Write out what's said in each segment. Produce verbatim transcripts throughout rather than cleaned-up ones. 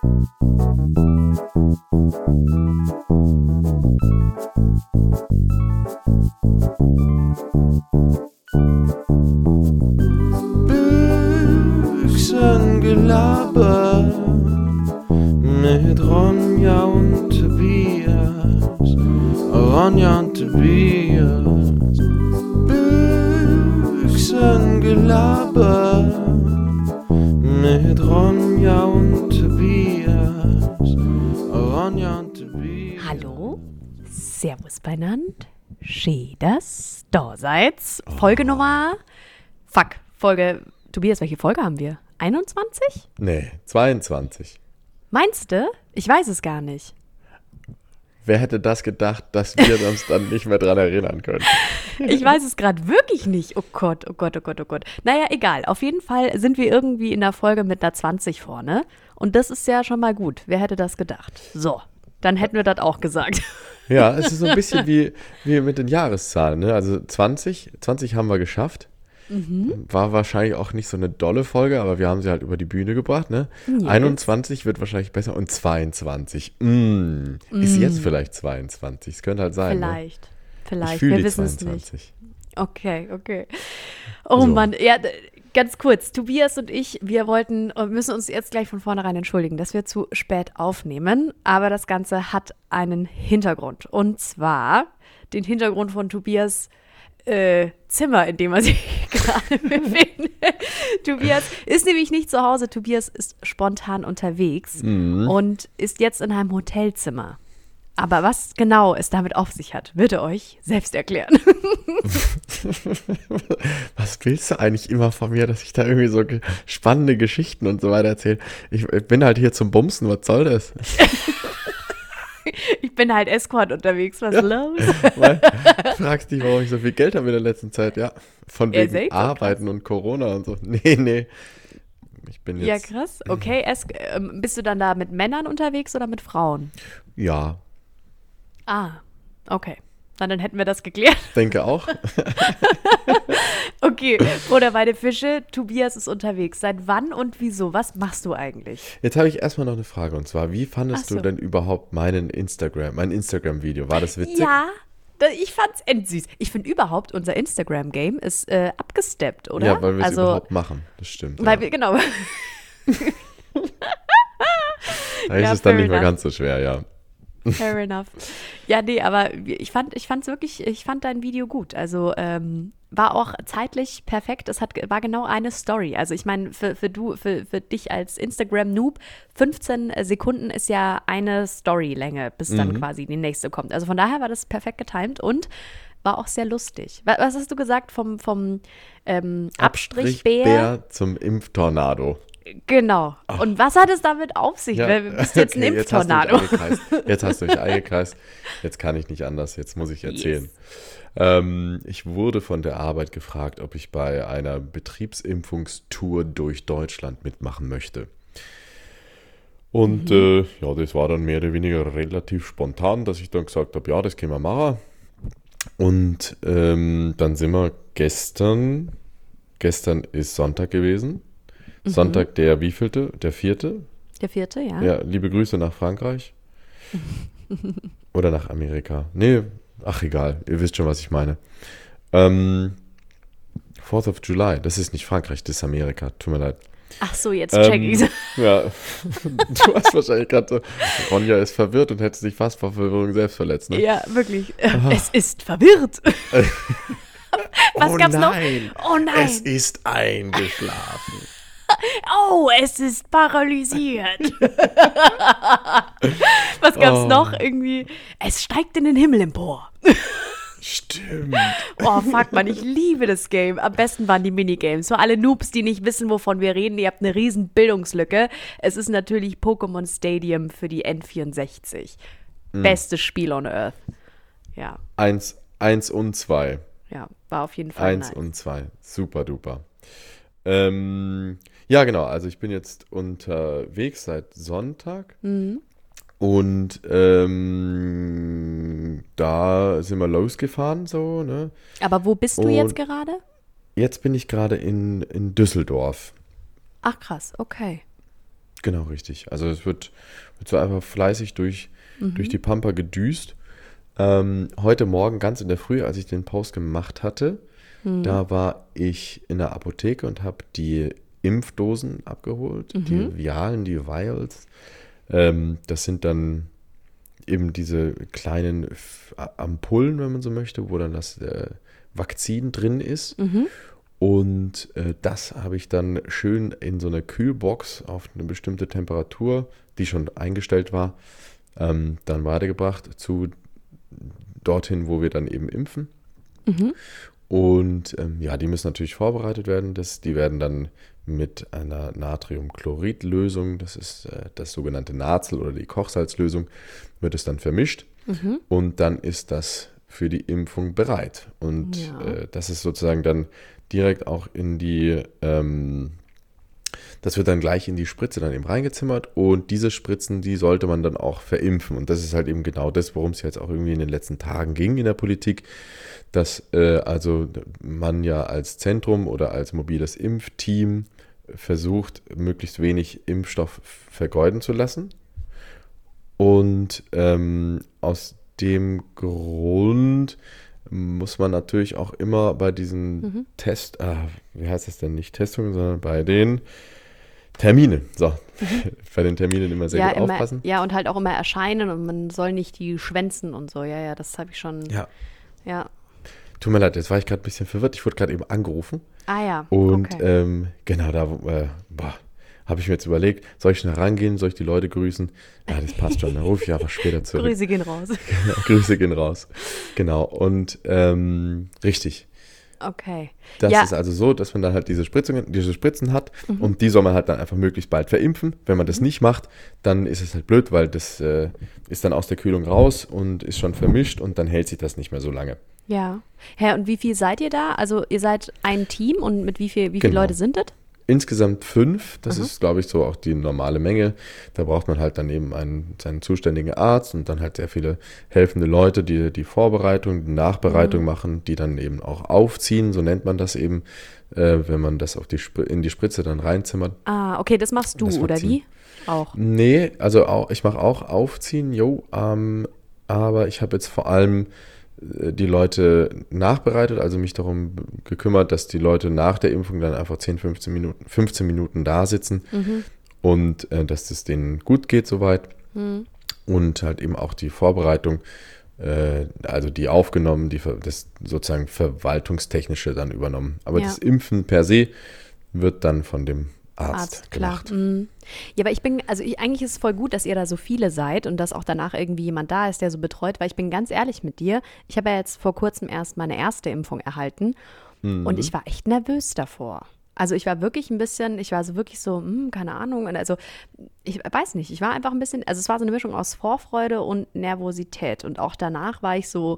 Büchsengelaber mit Ronja und Tobias, Ronja und Tobias. Büchsengelaber mit Ronja und Tobias, Ronja und Tobias. Hallo, servus beinand, schön, dass da seid. Folge Nummer, fuck, Folge, Tobias, welche Folge haben wir? einundzwanzig? Nee, zweiundzwanzig. Meinst du? Ich weiß es gar nicht. Wer hätte das gedacht, dass wir uns dann nicht mehr dran erinnern können? Ich weiß es gerade wirklich nicht. Oh Gott, oh Gott, oh Gott, oh Gott. Naja, egal. Auf jeden Fall sind wir irgendwie in der Folge mit einer zwanzig vorne. Und das ist ja schon mal gut. Wer hätte das gedacht? So, dann hätten wir das auch gesagt. Ja, es ist so ein bisschen wie, wie mit den Jahreszahlen. Ne? Also zwanzig, zwanzig haben wir geschafft. Mhm. War wahrscheinlich auch nicht so eine dolle Folge, aber wir haben sie halt über die Bühne gebracht. Ne? Yes. einundzwanzig wird wahrscheinlich besser und zweiundzwanzig. Mm, mm. Ist jetzt vielleicht zweiundzwanzig. Es könnte halt sein. Vielleicht, ne? vielleicht. Ich fühle wir die wissen zweiundzwanzig. Es nicht. Okay, okay. Oh so. Mann, ja, ganz kurz. Tobias und ich, wir wollten, müssen uns jetzt gleich von vornherein entschuldigen, dass wir zu spät aufnehmen. Aber das Ganze hat einen Hintergrund. Und zwar den Hintergrund von Tobias Äh, Zimmer, in dem er sich gerade befindet. Tobias ist nämlich nicht zu Hause. Tobias ist spontan unterwegs mhm. und ist jetzt in einem Hotelzimmer. Aber was genau es damit auf sich hat, wird er euch selbst erklären. Was willst du eigentlich immer von mir, dass ich da irgendwie so ge- spannende Geschichten und so weiter erzähle? Ich, ich bin halt hier zum Bumsen, was soll das? Ich bin halt Escort unterwegs, was ja, los? Weil, fragst dich, warum ich so viel Geld habe in der letzten Zeit. Ja, von wegen Arbeiten und Corona und so. Nee, nee. Ich bin jetzt... Ja, krass. Okay, es, ähm, bist du dann da mit Männern unterwegs oder mit Frauen? Ja. Ah, okay. Na, dann hätten wir das geklärt. Denke auch. Okay, Bruder beide Fische, Tobias ist unterwegs. Seit wann und wieso? Was machst du eigentlich? Jetzt habe ich erstmal noch eine Frage und zwar, wie fandest so. du denn überhaupt meinen Instagram, mein Instagram-Video? War das witzig? Ja, da, ich fand's endsüß. Ich finde überhaupt, unser Instagram-Game ist äh, abgesteppt, oder? Ja, weil wir es also, überhaupt machen. Das stimmt. Weil ja. wir, genau. Da ist ja, es dann nicht mehr enough. ganz so schwer, ja. Fair enough. Ja, nee, aber ich fand, ich fand's wirklich, ich fand dein Video gut. Also ähm, war auch zeitlich perfekt. Es hat, war genau eine Story. Also ich meine, für, für du, für, für dich als Instagram-Noob, fünfzehn Sekunden ist ja eine Storylänge, bis dann Mhm. quasi die nächste kommt. Also von daher war das perfekt getimed und war auch sehr lustig. Was, was hast du gesagt vom, vom ähm, Abstrichbär? Abstrichbär zum Impftornado. Genau. Ach. Und was hat es damit auf sich? Ja. Du bist jetzt ein Okay, Impftornado. Jetzt hast, du mich eingekreist. jetzt hast du mich eingekreist. Jetzt kann ich nicht anders. Jetzt muss ich erzählen. Yes. Ähm, ich wurde von der Arbeit gefragt, ob ich bei einer Betriebsimpfungstour durch Deutschland mitmachen möchte. Und mhm. äh, ja, das war dann mehr oder weniger relativ spontan, dass ich dann gesagt habe, ja, das können wir machen. Und ähm, dann sind wir gestern, gestern ist Sonntag gewesen. Mhm. Sonntag der wievielte? Der vierte? Der vierte, ja. Ja, liebe Grüße nach Frankreich. Oder nach Amerika. Nee, ach egal, ihr wisst schon, was ich meine. Ähm, fourth of July, das ist nicht Frankreich, das ist Amerika, tut mir leid. Ach so, jetzt check ähm, ich's. Ja, du hast wahrscheinlich gerade so, Ronja ist verwirrt und hätte sich fast vor Verwirrung selbst verletzt, ne? Ja, wirklich. Es ist verwirrt. Was oh gab's nein, noch? Oh nein. Es ist eingeschlafen. Oh, es ist paralysiert. Was gab's Oh. noch? Irgendwie, es steigt in den Himmel empor. Stimmt. Oh, fuck, man, ich liebe das Game. Am besten waren die Minigames. Für alle Noobs, die nicht wissen, wovon wir reden, ihr habt eine riesen Bildungslücke. Es ist natürlich Pokémon Stadium für die N vierundsechzig. Mhm. Bestes Spiel on Earth. Ja. Eins, eins und zwei. Ja, war auf jeden Fall Eins nice. und zwei. Super duper. Ähm, ja, genau. Also ich bin jetzt unterwegs seit Sonntag. Mhm. Und ähm, da sind wir losgefahren, so, ne? Aber wo bist du Und jetzt gerade? Jetzt bin ich gerade in, in Düsseldorf. Ach krass, okay. Genau, richtig. Also es wird, wird so einfach fleißig durch, mhm. durch die Pampa gedüst. Ähm, heute Morgen ganz in der Früh, als ich den Post gemacht hatte, mhm. da war ich in der Apotheke und habe die Impfdosen abgeholt, mhm. die Vialen, die Vials. Ähm, das sind dann eben diese kleinen Ampullen, wenn man so möchte, wo dann das äh, Vakzin drin ist. Mhm. Und äh, das habe ich dann schön in so einer Kühlbox auf eine bestimmte Temperatur, die schon eingestellt war, ähm, dann weitergebracht zu dorthin, wo wir dann eben impfen. Mhm. Und ähm, ja, die müssen natürlich vorbereitet werden. Das, die werden dann mit einer Natriumchlorid-Lösung, das ist äh, das sogenannte Nazel oder die Kochsalzlösung, wird es dann vermischt. Mhm. Und dann ist das für die Impfung bereit. Und ja. äh, das ist sozusagen dann direkt auch in die, ähm, das wird dann gleich in die Spritze dann eben reingezimmert und diese Spritzen, die sollte man dann auch verimpfen. Und das ist halt eben genau das, worum es jetzt auch irgendwie in den letzten Tagen ging in der Politik, dass äh, also man ja als Zentrum oder als mobiles Impfteam versucht, möglichst wenig Impfstoff vergeuden zu lassen. Und ähm, aus dem Grund muss man natürlich auch immer bei diesen mhm. Test, ah, wie heißt das denn, nicht Testungen, sondern bei den Terminen, so, mhm. bei den Terminen immer sehr ja, gut immer, aufpassen. Ja, und halt auch immer erscheinen und man soll nicht die schwänzen und so, ja, ja, das habe ich schon, ja. ja. Tut mir leid, jetzt war ich gerade ein bisschen verwirrt, ich wurde gerade eben angerufen. Ah ja, Und okay. ähm, genau, da äh, boah, habe ich mir jetzt überlegt, soll ich schnell rangehen, soll ich die Leute grüßen? Ja, das passt schon, dann rufe ich einfach später zurück. Grüße gehen raus. Genau, Grüße gehen raus. Genau, und ähm, richtig. Okay. Das ja. ist also so, dass man dann halt diese Spritzungen, diese Spritzen hat mhm. und die soll man halt dann einfach möglichst bald verimpfen. Wenn man das nicht macht, dann ist es halt blöd, weil das äh, ist dann aus der Kühlung raus und ist schon vermischt und dann hält sich das nicht mehr so lange. Ja. Herr, und wie viel seid ihr da? Also ihr seid ein Team und mit wie viel, wie viele genau. Leute sind das? Insgesamt fünf, das mhm. ist, glaube ich, so auch die normale Menge. Da braucht man halt dann eben einen, seinen zuständigen Arzt und dann halt sehr viele helfende Leute, die die Vorbereitung, die Nachbereitung mhm. machen, die dann eben auch aufziehen, so nennt man das eben, äh, wenn man das auf die Spr- in die Spritze dann reinzimmert. Ah, okay, das machst du, das oder wie? Auch? Nee, also auch, ich mache auch aufziehen, jo, ähm, aber ich habe jetzt vor allem die Leute nachbereitet, also mich darum gekümmert, dass die Leute nach der Impfung dann einfach zehn, fünfzehn Minuten, fünfzehn Minuten da sitzen mhm. und äh, dass es denen gut geht soweit. Mhm. Und halt eben auch die Vorbereitung, äh, also die aufgenommen, die das sozusagen Verwaltungstechnische dann übernommen. Aber ja. das Impfen per se wird dann von dem Arzt, Arzt gemacht. Klar. Mhm. Ja, aber ich bin, also ich, eigentlich ist es voll gut, dass ihr da so viele seid und dass auch danach irgendwie jemand da ist, der so betreut, weil ich bin ganz ehrlich mit dir, ich habe ja jetzt vor kurzem erst meine erste Impfung erhalten mhm. und ich war echt nervös davor. Also ich war wirklich ein bisschen, ich war so wirklich so, hm, keine Ahnung, also ich weiß nicht, ich war einfach ein bisschen, also es war so eine Mischung aus Vorfreude und Nervosität und auch danach war ich so,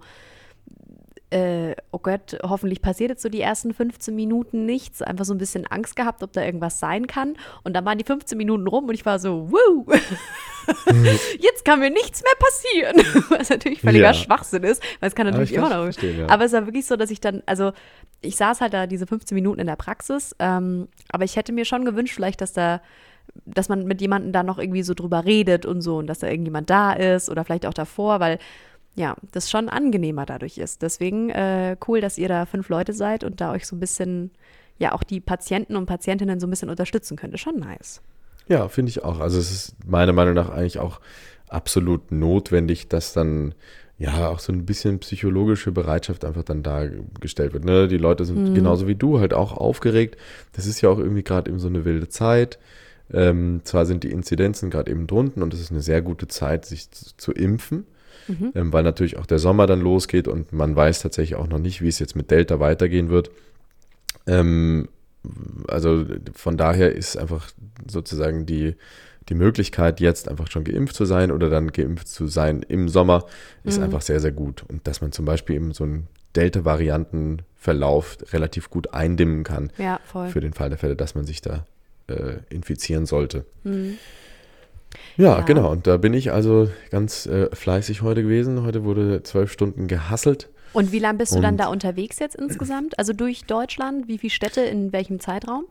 Äh, oh Gott, hoffentlich passiert jetzt so die ersten fünfzehn Minuten nichts. Einfach so ein bisschen Angst gehabt, ob da irgendwas sein kann. Und dann waren die fünfzehn Minuten rum und ich war so, wuh, jetzt kann mir nichts mehr passieren. Was natürlich völliger ja. Schwachsinn ist, weil es kann natürlich immer noch. Verstehen, ja. Aber es war wirklich so, dass ich dann, also ich saß halt da diese fünfzehn Minuten in der Praxis, ähm, aber ich hätte mir schon gewünscht, vielleicht, dass da dass man mit jemandem da noch irgendwie so drüber redet und so und dass da irgendjemand da ist oder vielleicht auch davor, weil ja, das schon angenehmer dadurch ist. Deswegen äh, cool, dass ihr da fünf Leute seid und da euch so ein bisschen, ja, auch die Patienten und Patientinnen so ein bisschen unterstützen könnt. Ist schon nice. Ja, finde ich auch. Also es ist meiner Meinung nach eigentlich auch absolut notwendig, dass dann ja auch so ein bisschen psychologische Bereitschaft einfach dann dargestellt wird. Ne? Die Leute sind mhm. genauso wie du halt auch aufgeregt. Das ist ja auch irgendwie gerade eben so eine wilde Zeit. Ähm, zwar sind die Inzidenzen gerade eben drunten und es ist eine sehr gute Zeit, sich zu, zu impfen. Mhm. Ähm, weil natürlich auch der Sommer dann losgeht und man weiß tatsächlich auch noch nicht, wie es jetzt mit Delta weitergehen wird. Ähm, also von daher ist einfach sozusagen die, die Möglichkeit, jetzt einfach schon geimpft zu sein oder dann geimpft zu sein im Sommer, ist mhm. einfach sehr, sehr gut. Und dass man zum Beispiel eben so einen Delta-Varianten-Verlauf relativ gut eindämmen kann, ja, voll. Für den Fall der Fälle, dass man sich da äh, infizieren sollte. Mhm. Ja, ja, genau. Und da bin ich also ganz äh, fleißig heute gewesen. Heute wurde zwölf Stunden gehasselt. Und wie lange bist du und dann da unterwegs jetzt insgesamt? Also durch Deutschland? Wie viele Städte in welchem Zeitraum?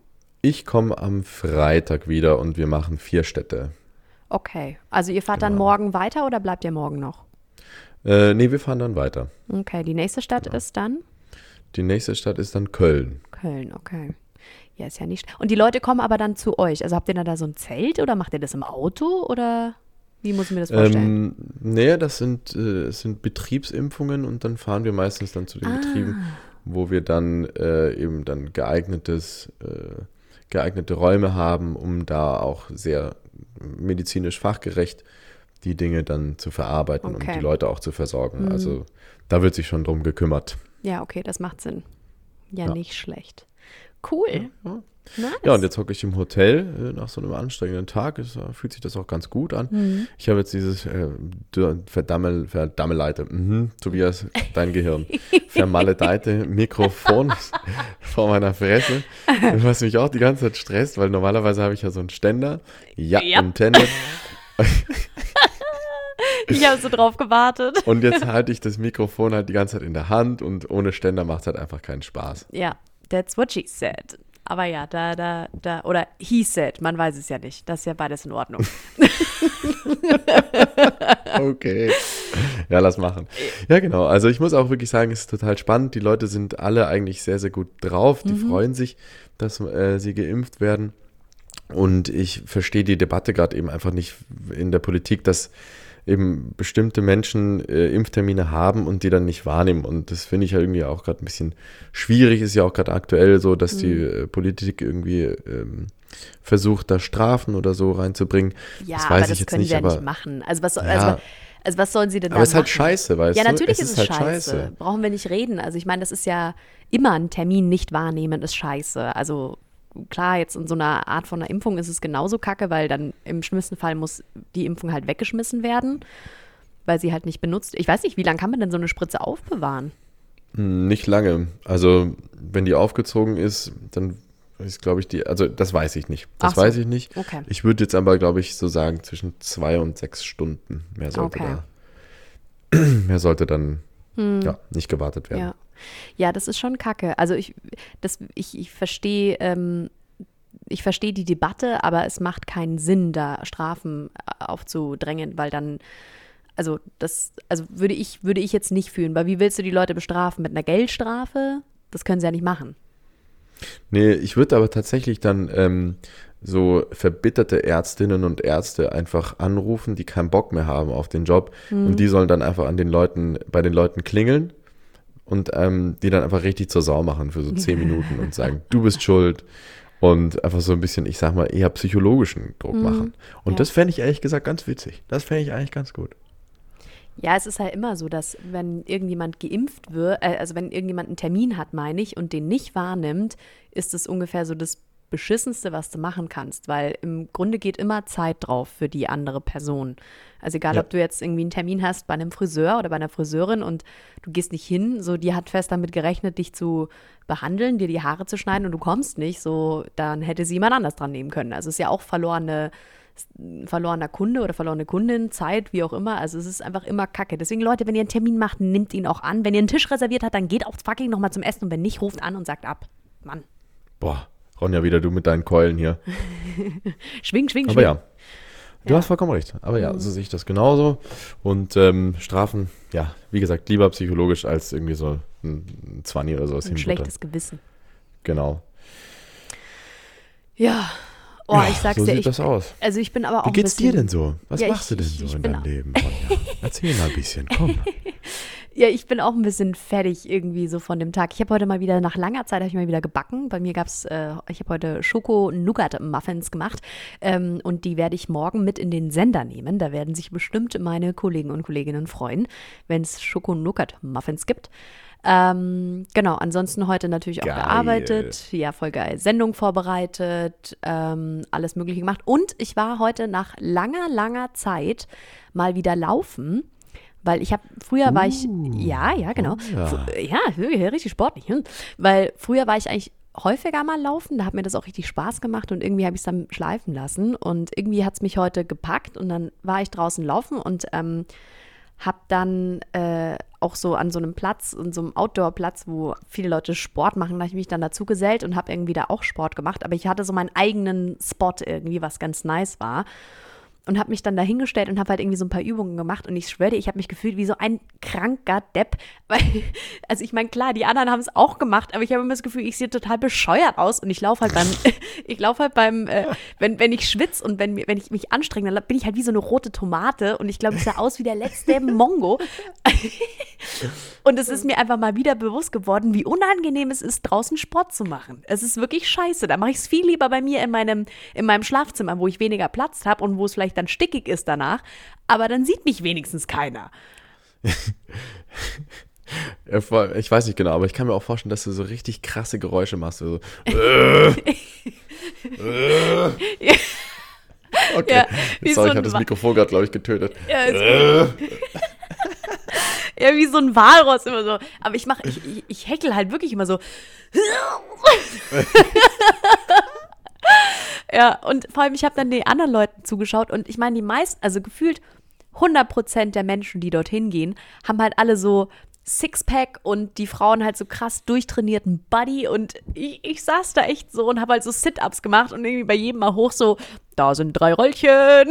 Ich komme am Freitag wieder und wir machen vier Städte. Okay, also ihr fahrt dann Genau. morgen weiter oder bleibt ihr morgen noch? Äh, nee, wir fahren dann weiter. Okay, die nächste Stadt ist dann Die nächste Stadt ist dann Köln. Köln, okay. Ja, ist ja nicht. Und die Leute kommen aber dann zu euch. Also habt ihr dann da so ein Zelt oder macht ihr das im Auto oder wie muss ich mir das vorstellen? Ähm, nee, das sind, äh, es sind Betriebsimpfungen und dann fahren wir meistens dann zu den Ah. Betrieben, wo wir dann äh, eben dann geeignetes, äh, geeignete Räume haben, um da auch sehr medizinisch fachgerecht die Dinge dann zu verarbeiten Okay. und die Leute auch zu versorgen. Mhm. Also da wird sich schon drum gekümmert. Ja, okay, das macht Sinn. Ja, Ja. nicht schlecht. Cool. Ja. Nice. Ja, und jetzt hocke ich im Hotel äh, nach so einem anstrengenden Tag. Es äh, fühlt sich das auch ganz gut an. Mhm. Ich habe jetzt dieses äh, du- Verdammel, Verdammeleite, mhm, Tobias, dein Gehirn, vermaledeite Mikrofon vor meiner Fresse, was mich auch die ganze Zeit stresst, weil normalerweise habe ich ja so einen Ständer. Ja, Ja. intended. Ich habe so drauf gewartet. Und jetzt halte ich das Mikrofon halt die ganze Zeit in der Hand und ohne Ständer macht es halt einfach keinen Spaß. Ja, that's what she said. Aber ja, da, da, da, oder he said, man weiß es ja nicht. Das ist ja beides in Ordnung. Okay. Ja, lass machen. Ja, genau. Also ich muss auch wirklich sagen, es ist total spannend. Die Leute sind alle eigentlich sehr, sehr gut drauf. Die Mhm. freuen sich, dass äh, sie geimpft werden. Und ich verstehe die Debatte gerade eben einfach nicht in der Politik, dass eben bestimmte Menschen äh, Impftermine haben und die dann nicht wahrnehmen. Und das finde ich ja irgendwie auch gerade ein bisschen schwierig. Ist ja auch gerade aktuell so, dass die äh, Politik irgendwie ähm, versucht, da Strafen oder so reinzubringen. Ja, das aber weiß das ich jetzt können nicht, sie ja aber, nicht machen. Also was, soll- Ja. also, also was sollen sie denn aber da es ist halt machen? scheiße, weißt Ja, du? natürlich es ist es halt scheiße. Brauchen wir nicht reden. Also ich meine, das ist ja immer ein Termin nicht wahrnehmen ist scheiße. Also klar, jetzt in so einer Art von einer Impfung ist es genauso kacke, weil dann im schlimmsten Fall muss die Impfung halt weggeschmissen werden, weil sie halt nicht benutzt. Ich weiß nicht, wie lange kann man denn so eine Spritze aufbewahren? Hm, Nicht lange. Also, wenn die aufgezogen ist, dann ist, glaube ich, die, also das weiß ich nicht. Das Ach so. weiß ich nicht. Okay. Ich würde jetzt aber, glaube ich, so sagen, zwischen zwei und sechs Stunden. Mehr sollte Okay. da, mehr sollte dann ja, nicht gewartet werden. Ja. Ja, das ist schon kacke. Also ich, das, ich, ich verstehe, ähm, ich verstehe die Debatte, aber es macht keinen Sinn, da Strafen aufzudrängen, weil dann, also das, also würde ich, würde ich jetzt nicht fühlen, weil wie willst du die Leute bestrafen? Mit einer Geldstrafe? Das können sie ja nicht machen. Nee, ich würde aber tatsächlich dann ähm, so verbitterte Ärztinnen und Ärzte einfach anrufen, die keinen Bock mehr haben auf den Job. Und die sollen dann einfach an den Leuten, bei den Leuten klingeln und ähm, die dann einfach richtig zur Sau machen für so zehn Minuten und sagen, du bist schuld. Und einfach so ein bisschen, ich sag mal, eher psychologischen Druck machen. Und Ja. das fände ich ehrlich gesagt ganz witzig. Das fände ich eigentlich ganz gut. Ja, es ist halt immer so, dass wenn irgendjemand geimpft wird, äh, also wenn irgendjemand einen Termin hat, meine ich, und den nicht wahrnimmt, ist es ungefähr so das Beschissenste, was du machen kannst, weil im Grunde geht immer Zeit drauf für die andere Person. Also egal, Ja. ob du jetzt irgendwie einen Termin hast bei einem Friseur oder bei einer Friseurin und du gehst nicht hin, so die hat fest damit gerechnet, dich zu behandeln, dir die Haare zu schneiden und du kommst nicht, so dann hätte sie jemand anders dran nehmen können. Also es ist ja auch verlorene verlorener Kunde oder verlorene Kundin, Zeit, wie auch immer. Also es ist einfach immer Kacke. Deswegen, Leute, wenn ihr einen Termin macht, nehmt ihn auch an. Wenn ihr einen Tisch reserviert habt, dann geht auch fucking nochmal zum Essen und wenn nicht, ruft an und sagt ab. Mann, Boah, Ronja, wieder du mit deinen Keulen hier. schwing, schwing, Aber schwing. ja, du Ja. hast vollkommen recht. Aber ja, so sehe ich das genauso. Und ähm, Strafen, ja, wie gesagt, lieber psychologisch als irgendwie so ein Zwanni oder sowas Ein schlechtes Gewissen. Genau. Ja. Oh, ich sag's so dir, sieht ich, das aus. also ich bin aber auch Wie ein geht's bisschen, dir denn so? Was Ja, machst ich- du denn ich- so ich in bin deinem auch- Leben, Ronja? Erzähl mal ein bisschen, komm. Ja, ich bin auch ein bisschen fertig irgendwie so von dem Tag. Ich habe heute mal wieder, nach langer Zeit habe ich mal wieder gebacken. Bei mir gab's, äh, ich habe heute Schoko-Nougat-Muffins gemacht ähm, und die werde ich morgen mit in den Sender nehmen. Da werden sich bestimmt meine Kollegen und Kolleginnen freuen, wenn es Schoko-Nougat-Muffins gibt. Ähm, genau, ansonsten heute natürlich auch Geil. gearbeitet. Ja, voll geil. Sendung vorbereitet, ähm, alles Mögliche gemacht. Und ich war heute nach langer, langer Zeit mal wieder laufen. Weil ich habe, früher war ich, ja, ja, genau. oh ja. Fu- ja, wirklich, richtig sportlich. Hm? Weil früher war ich eigentlich häufiger mal laufen, da hat mir das auch richtig Spaß gemacht und irgendwie habe ich es dann schleifen lassen und irgendwie hat es mich heute gepackt und dann war ich draußen laufen und ähm, hab dann äh, auch so an so einem Platz, in so einem Outdoor-Platz, wo viele Leute Sport machen, da habe ich mich dann dazu gesellt und habe irgendwie da auch Sport gemacht. Aber ich hatte so meinen eigenen Spot irgendwie, was ganz nice war. Und habe mich dann da hingestellt und habe halt irgendwie so ein paar Übungen gemacht. Und ich schwöre dir, ich habe mich gefühlt wie so ein kranker Depp. Weil, also ich meine, klar, die anderen haben es auch gemacht, aber ich habe immer das Gefühl, ich sehe total bescheuert aus. Und ich laufe halt beim, ich laufe halt beim, äh, wenn, wenn ich schwitze und wenn, wenn ich mich anstrenge, dann bin ich halt wie so eine rote Tomate. Und ich glaube, ich sah aus wie der letzte Mongo. Und es ist mir einfach mal wieder bewusst geworden, wie unangenehm es ist, draußen Sport zu machen. Es ist wirklich scheiße. Da mache ich es viel lieber bei mir in meinem, in meinem Schlafzimmer, wo ich weniger Platz habe und wo es vielleicht dann stickig ist danach. Aber dann sieht mich wenigstens keiner. Ich weiß nicht genau, aber ich kann mir auch vorstellen, dass du so richtig krasse Geräusche machst. So, äh, äh. Okay, Ja, sorry, so ich habe das Mikrofon gerade, glaube ich, getötet. Ja, ist gut. Ja, wie so ein Walross immer so. Aber ich mache, ich, ich, ich häkel halt wirklich immer so. Ja, und vor allem, ich habe dann den anderen Leuten zugeschaut und ich meine, die meisten, also gefühlt hundert Prozent der Menschen, die dorthin gehen, haben halt alle so Sixpack und die Frauen halt so krass durchtrainierten Body und ich, ich saß da echt so und habe halt so Sit-Ups gemacht und irgendwie bei jedem mal hoch so, da sind drei Röllchen.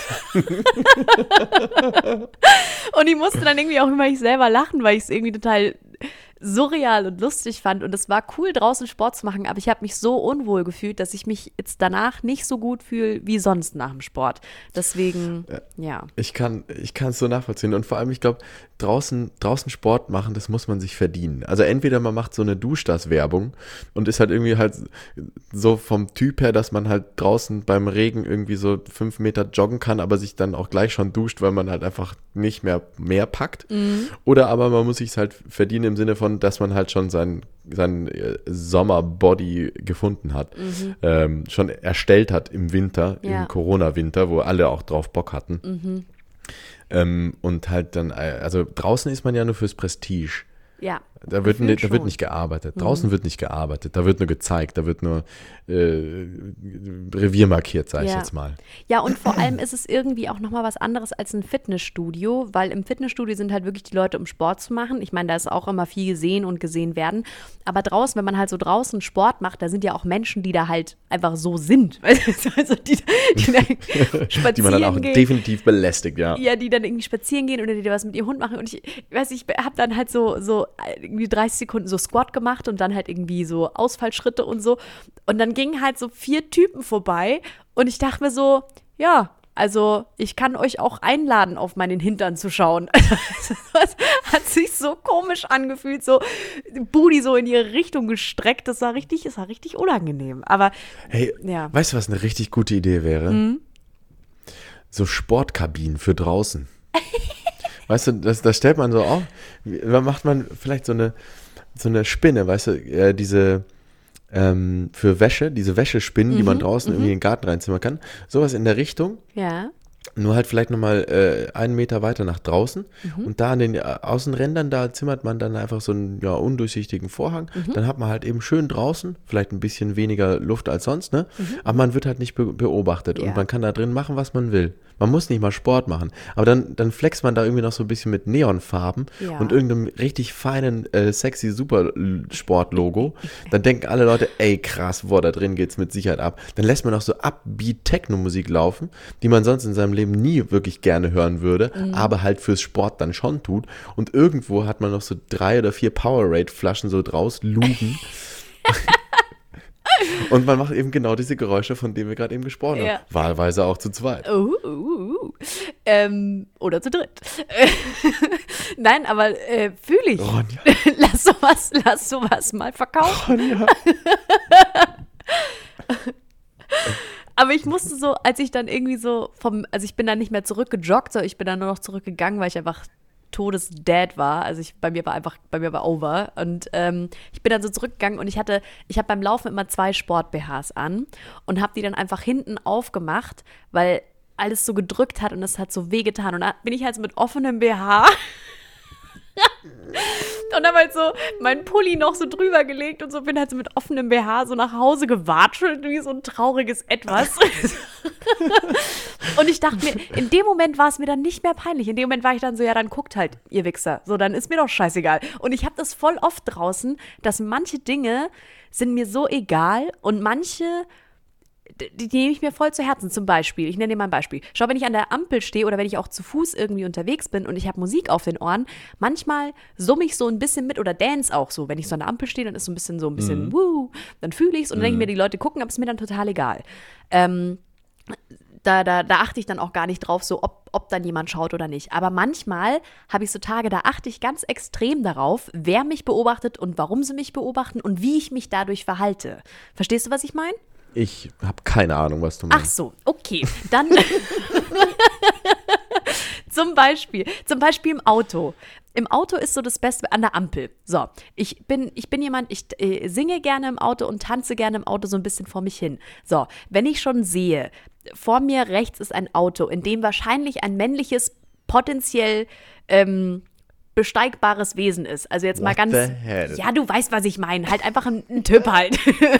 Und ich musste dann irgendwie auch immer ich selber lachen, weil ich es irgendwie total surreal und lustig fand und es war cool, draußen Sport zu machen, aber ich habe mich so unwohl gefühlt, dass ich mich jetzt danach nicht so gut fühle wie sonst nach dem Sport. Deswegen, ja. Ich kann ich kann es so nachvollziehen und vor allem, ich glaube, draußen, draußen Sport machen, das muss man sich verdienen. Also entweder man macht so eine Duschdas-Werbung und ist halt irgendwie halt so vom Typ her, dass man halt draußen beim Regen irgendwie so fünf Meter joggen kann, aber sich dann auch gleich schon duscht, weil man halt einfach nicht mehr mehr packt. Mhm. Oder aber man muss sich halt verdienen im Sinne von, dass man halt schon sein, sein Sommerbody gefunden hat, mhm. ähm, schon erstellt hat im Winter, ja. im Corona-Winter, wo alle auch drauf Bock hatten. Mhm. Ähm, und halt dann, also draußen ist man ja nur fürs Prestige. Ja. Da wird, ne, da wird nicht gearbeitet. Draußen mhm. wird nicht gearbeitet. Da wird nur gezeigt. Da wird nur äh, Revier markiert, sage ja. ich jetzt mal. Ja, und vor allem ist es irgendwie auch nochmal was anderes als ein Fitnessstudio, weil im Fitnessstudio sind halt wirklich die Leute, um Sport zu machen. Ich meine, da ist auch immer viel gesehen und gesehen werden. Aber draußen, wenn man halt so draußen Sport macht, da sind ja auch Menschen, die da halt einfach so sind. Also die, die da spazieren die man dann auch gehen. definitiv belästigt, ja. Ja, die dann irgendwie spazieren gehen oder die da was mit ihrem Hund machen. Und ich, ich weiß, ich habe dann halt so, so irgendwie dreißig Sekunden so Squat gemacht und dann halt irgendwie so Ausfallschritte und so. Und dann gingen halt so vier Typen vorbei und ich dachte mir so, ja, also ich kann euch auch einladen, auf meinen Hintern zu schauen. Das hat sich so komisch angefühlt, so Booty so in ihre Richtung gestreckt. Das war richtig, das war richtig unangenehm. Aber hey, ja. Weißt du, was eine richtig gute Idee wäre? Mhm. So Sportkabinen für draußen. Weißt du, das, das stellt man so auf, da macht man vielleicht so eine, so eine Spinne, weißt du, äh, diese ähm, für Wäsche, diese Wäschespinnen, mhm, die man draußen mhm. irgendwie in den Garten reinzimmern kann. Sowas in der Richtung. Ja. Nur halt vielleicht nochmal äh, einen Meter weiter nach draußen mhm. und da an den Außenrändern, da zimmert man dann einfach so einen ja, undurchsichtigen Vorhang. Mhm. Dann hat man halt eben schön draußen, vielleicht ein bisschen weniger Luft als sonst, ne? Mhm. Aber man wird halt nicht be- beobachtet ja. und man kann da drin machen, was man will. Man muss nicht mal Sport machen, aber dann, dann flext man da irgendwie noch so ein bisschen mit Neonfarben ja. und irgendeinem richtig feinen, äh, sexy Supersport-Logo. Dann denken alle Leute, ey krass, boah, da drin geht's mit Sicherheit ab. Dann lässt man noch so Upbeat-Techno-Musik laufen, die man sonst in seinem Leben nie wirklich gerne hören würde, mhm. aber halt fürs Sport dann schon tut. Und irgendwo hat man noch so drei oder vier Powerade-Flaschen so draus lugen. Und man macht eben genau diese Geräusche, von denen wir gerade eben gesprochen ja. haben. Wahlweise auch zu zweit. Uh, uh, uh. Ähm, oder zu dritt. Nein, aber äh, fühle ich. Ronja. Lass sowas, lass sowas mal verkaufen. Ronja. Aber ich musste so, als ich dann irgendwie so vom, also ich bin dann nicht mehr zurückgejoggt, sondern ich bin dann nur noch zurückgegangen, weil ich einfach todesdead war. Also ich, bei mir war einfach, bei mir war over. Und ähm, ich bin dann so zurückgegangen und ich hatte, ich habe beim Laufen immer zwei Sport-B Hs an und habe die dann einfach hinten aufgemacht, weil alles so gedrückt hat und es hat so wehgetan. Und dann bin ich halt so mit offenem B H Und habe halt so meinen Pulli noch so drüber gelegt und so bin halt so mit offenem B H so nach Hause gewatschelt, wie so ein trauriges Etwas. Und ich dachte mir, in dem Moment war es mir dann nicht mehr peinlich. In dem Moment war ich dann so, ja, dann guckt halt, ihr Wichser. So, dann ist mir doch scheißegal. Und ich habe das voll oft draußen, dass manche Dinge sind mir so egal und manche, die, die nehme ich mir voll zu Herzen. Zum Beispiel, ich nenne dir mal ein Beispiel. Schau, wenn ich an der Ampel stehe oder wenn ich auch zu Fuß irgendwie unterwegs bin und ich habe Musik auf den Ohren, manchmal summe ich so ein bisschen mit oder dance auch so. Wenn ich so an der Ampel stehe, dann ist so ein bisschen so ein bisschen mhm. wuh, dann fühle ich es und dann denke ich mir, die Leute gucken, aber es ist mir dann total egal. Ähm, Da, da, da achte ich dann auch gar nicht drauf, so ob, ob dann jemand schaut oder nicht. Aber manchmal habe ich so Tage, da achte ich ganz extrem darauf, wer mich beobachtet und warum sie mich beobachten und wie ich mich dadurch verhalte. Verstehst du, was ich meine? Ich habe keine Ahnung, was du meinst. Ach so, okay. Dann zum Beispiel, zum Beispiel im Auto. Im Auto ist so das Beste an der Ampel. So, ich bin, ich bin jemand, ich äh, singe gerne im Auto und tanze gerne im Auto so ein bisschen vor mich hin. So, wenn ich schon sehe, vor mir rechts ist ein Auto, in dem wahrscheinlich ein männliches, potenziell ähm, besteigbares Wesen ist. Also jetzt What mal ganz, the hell? Ja, du weißt, was ich meine. Halt einfach ein, ein Typ halt.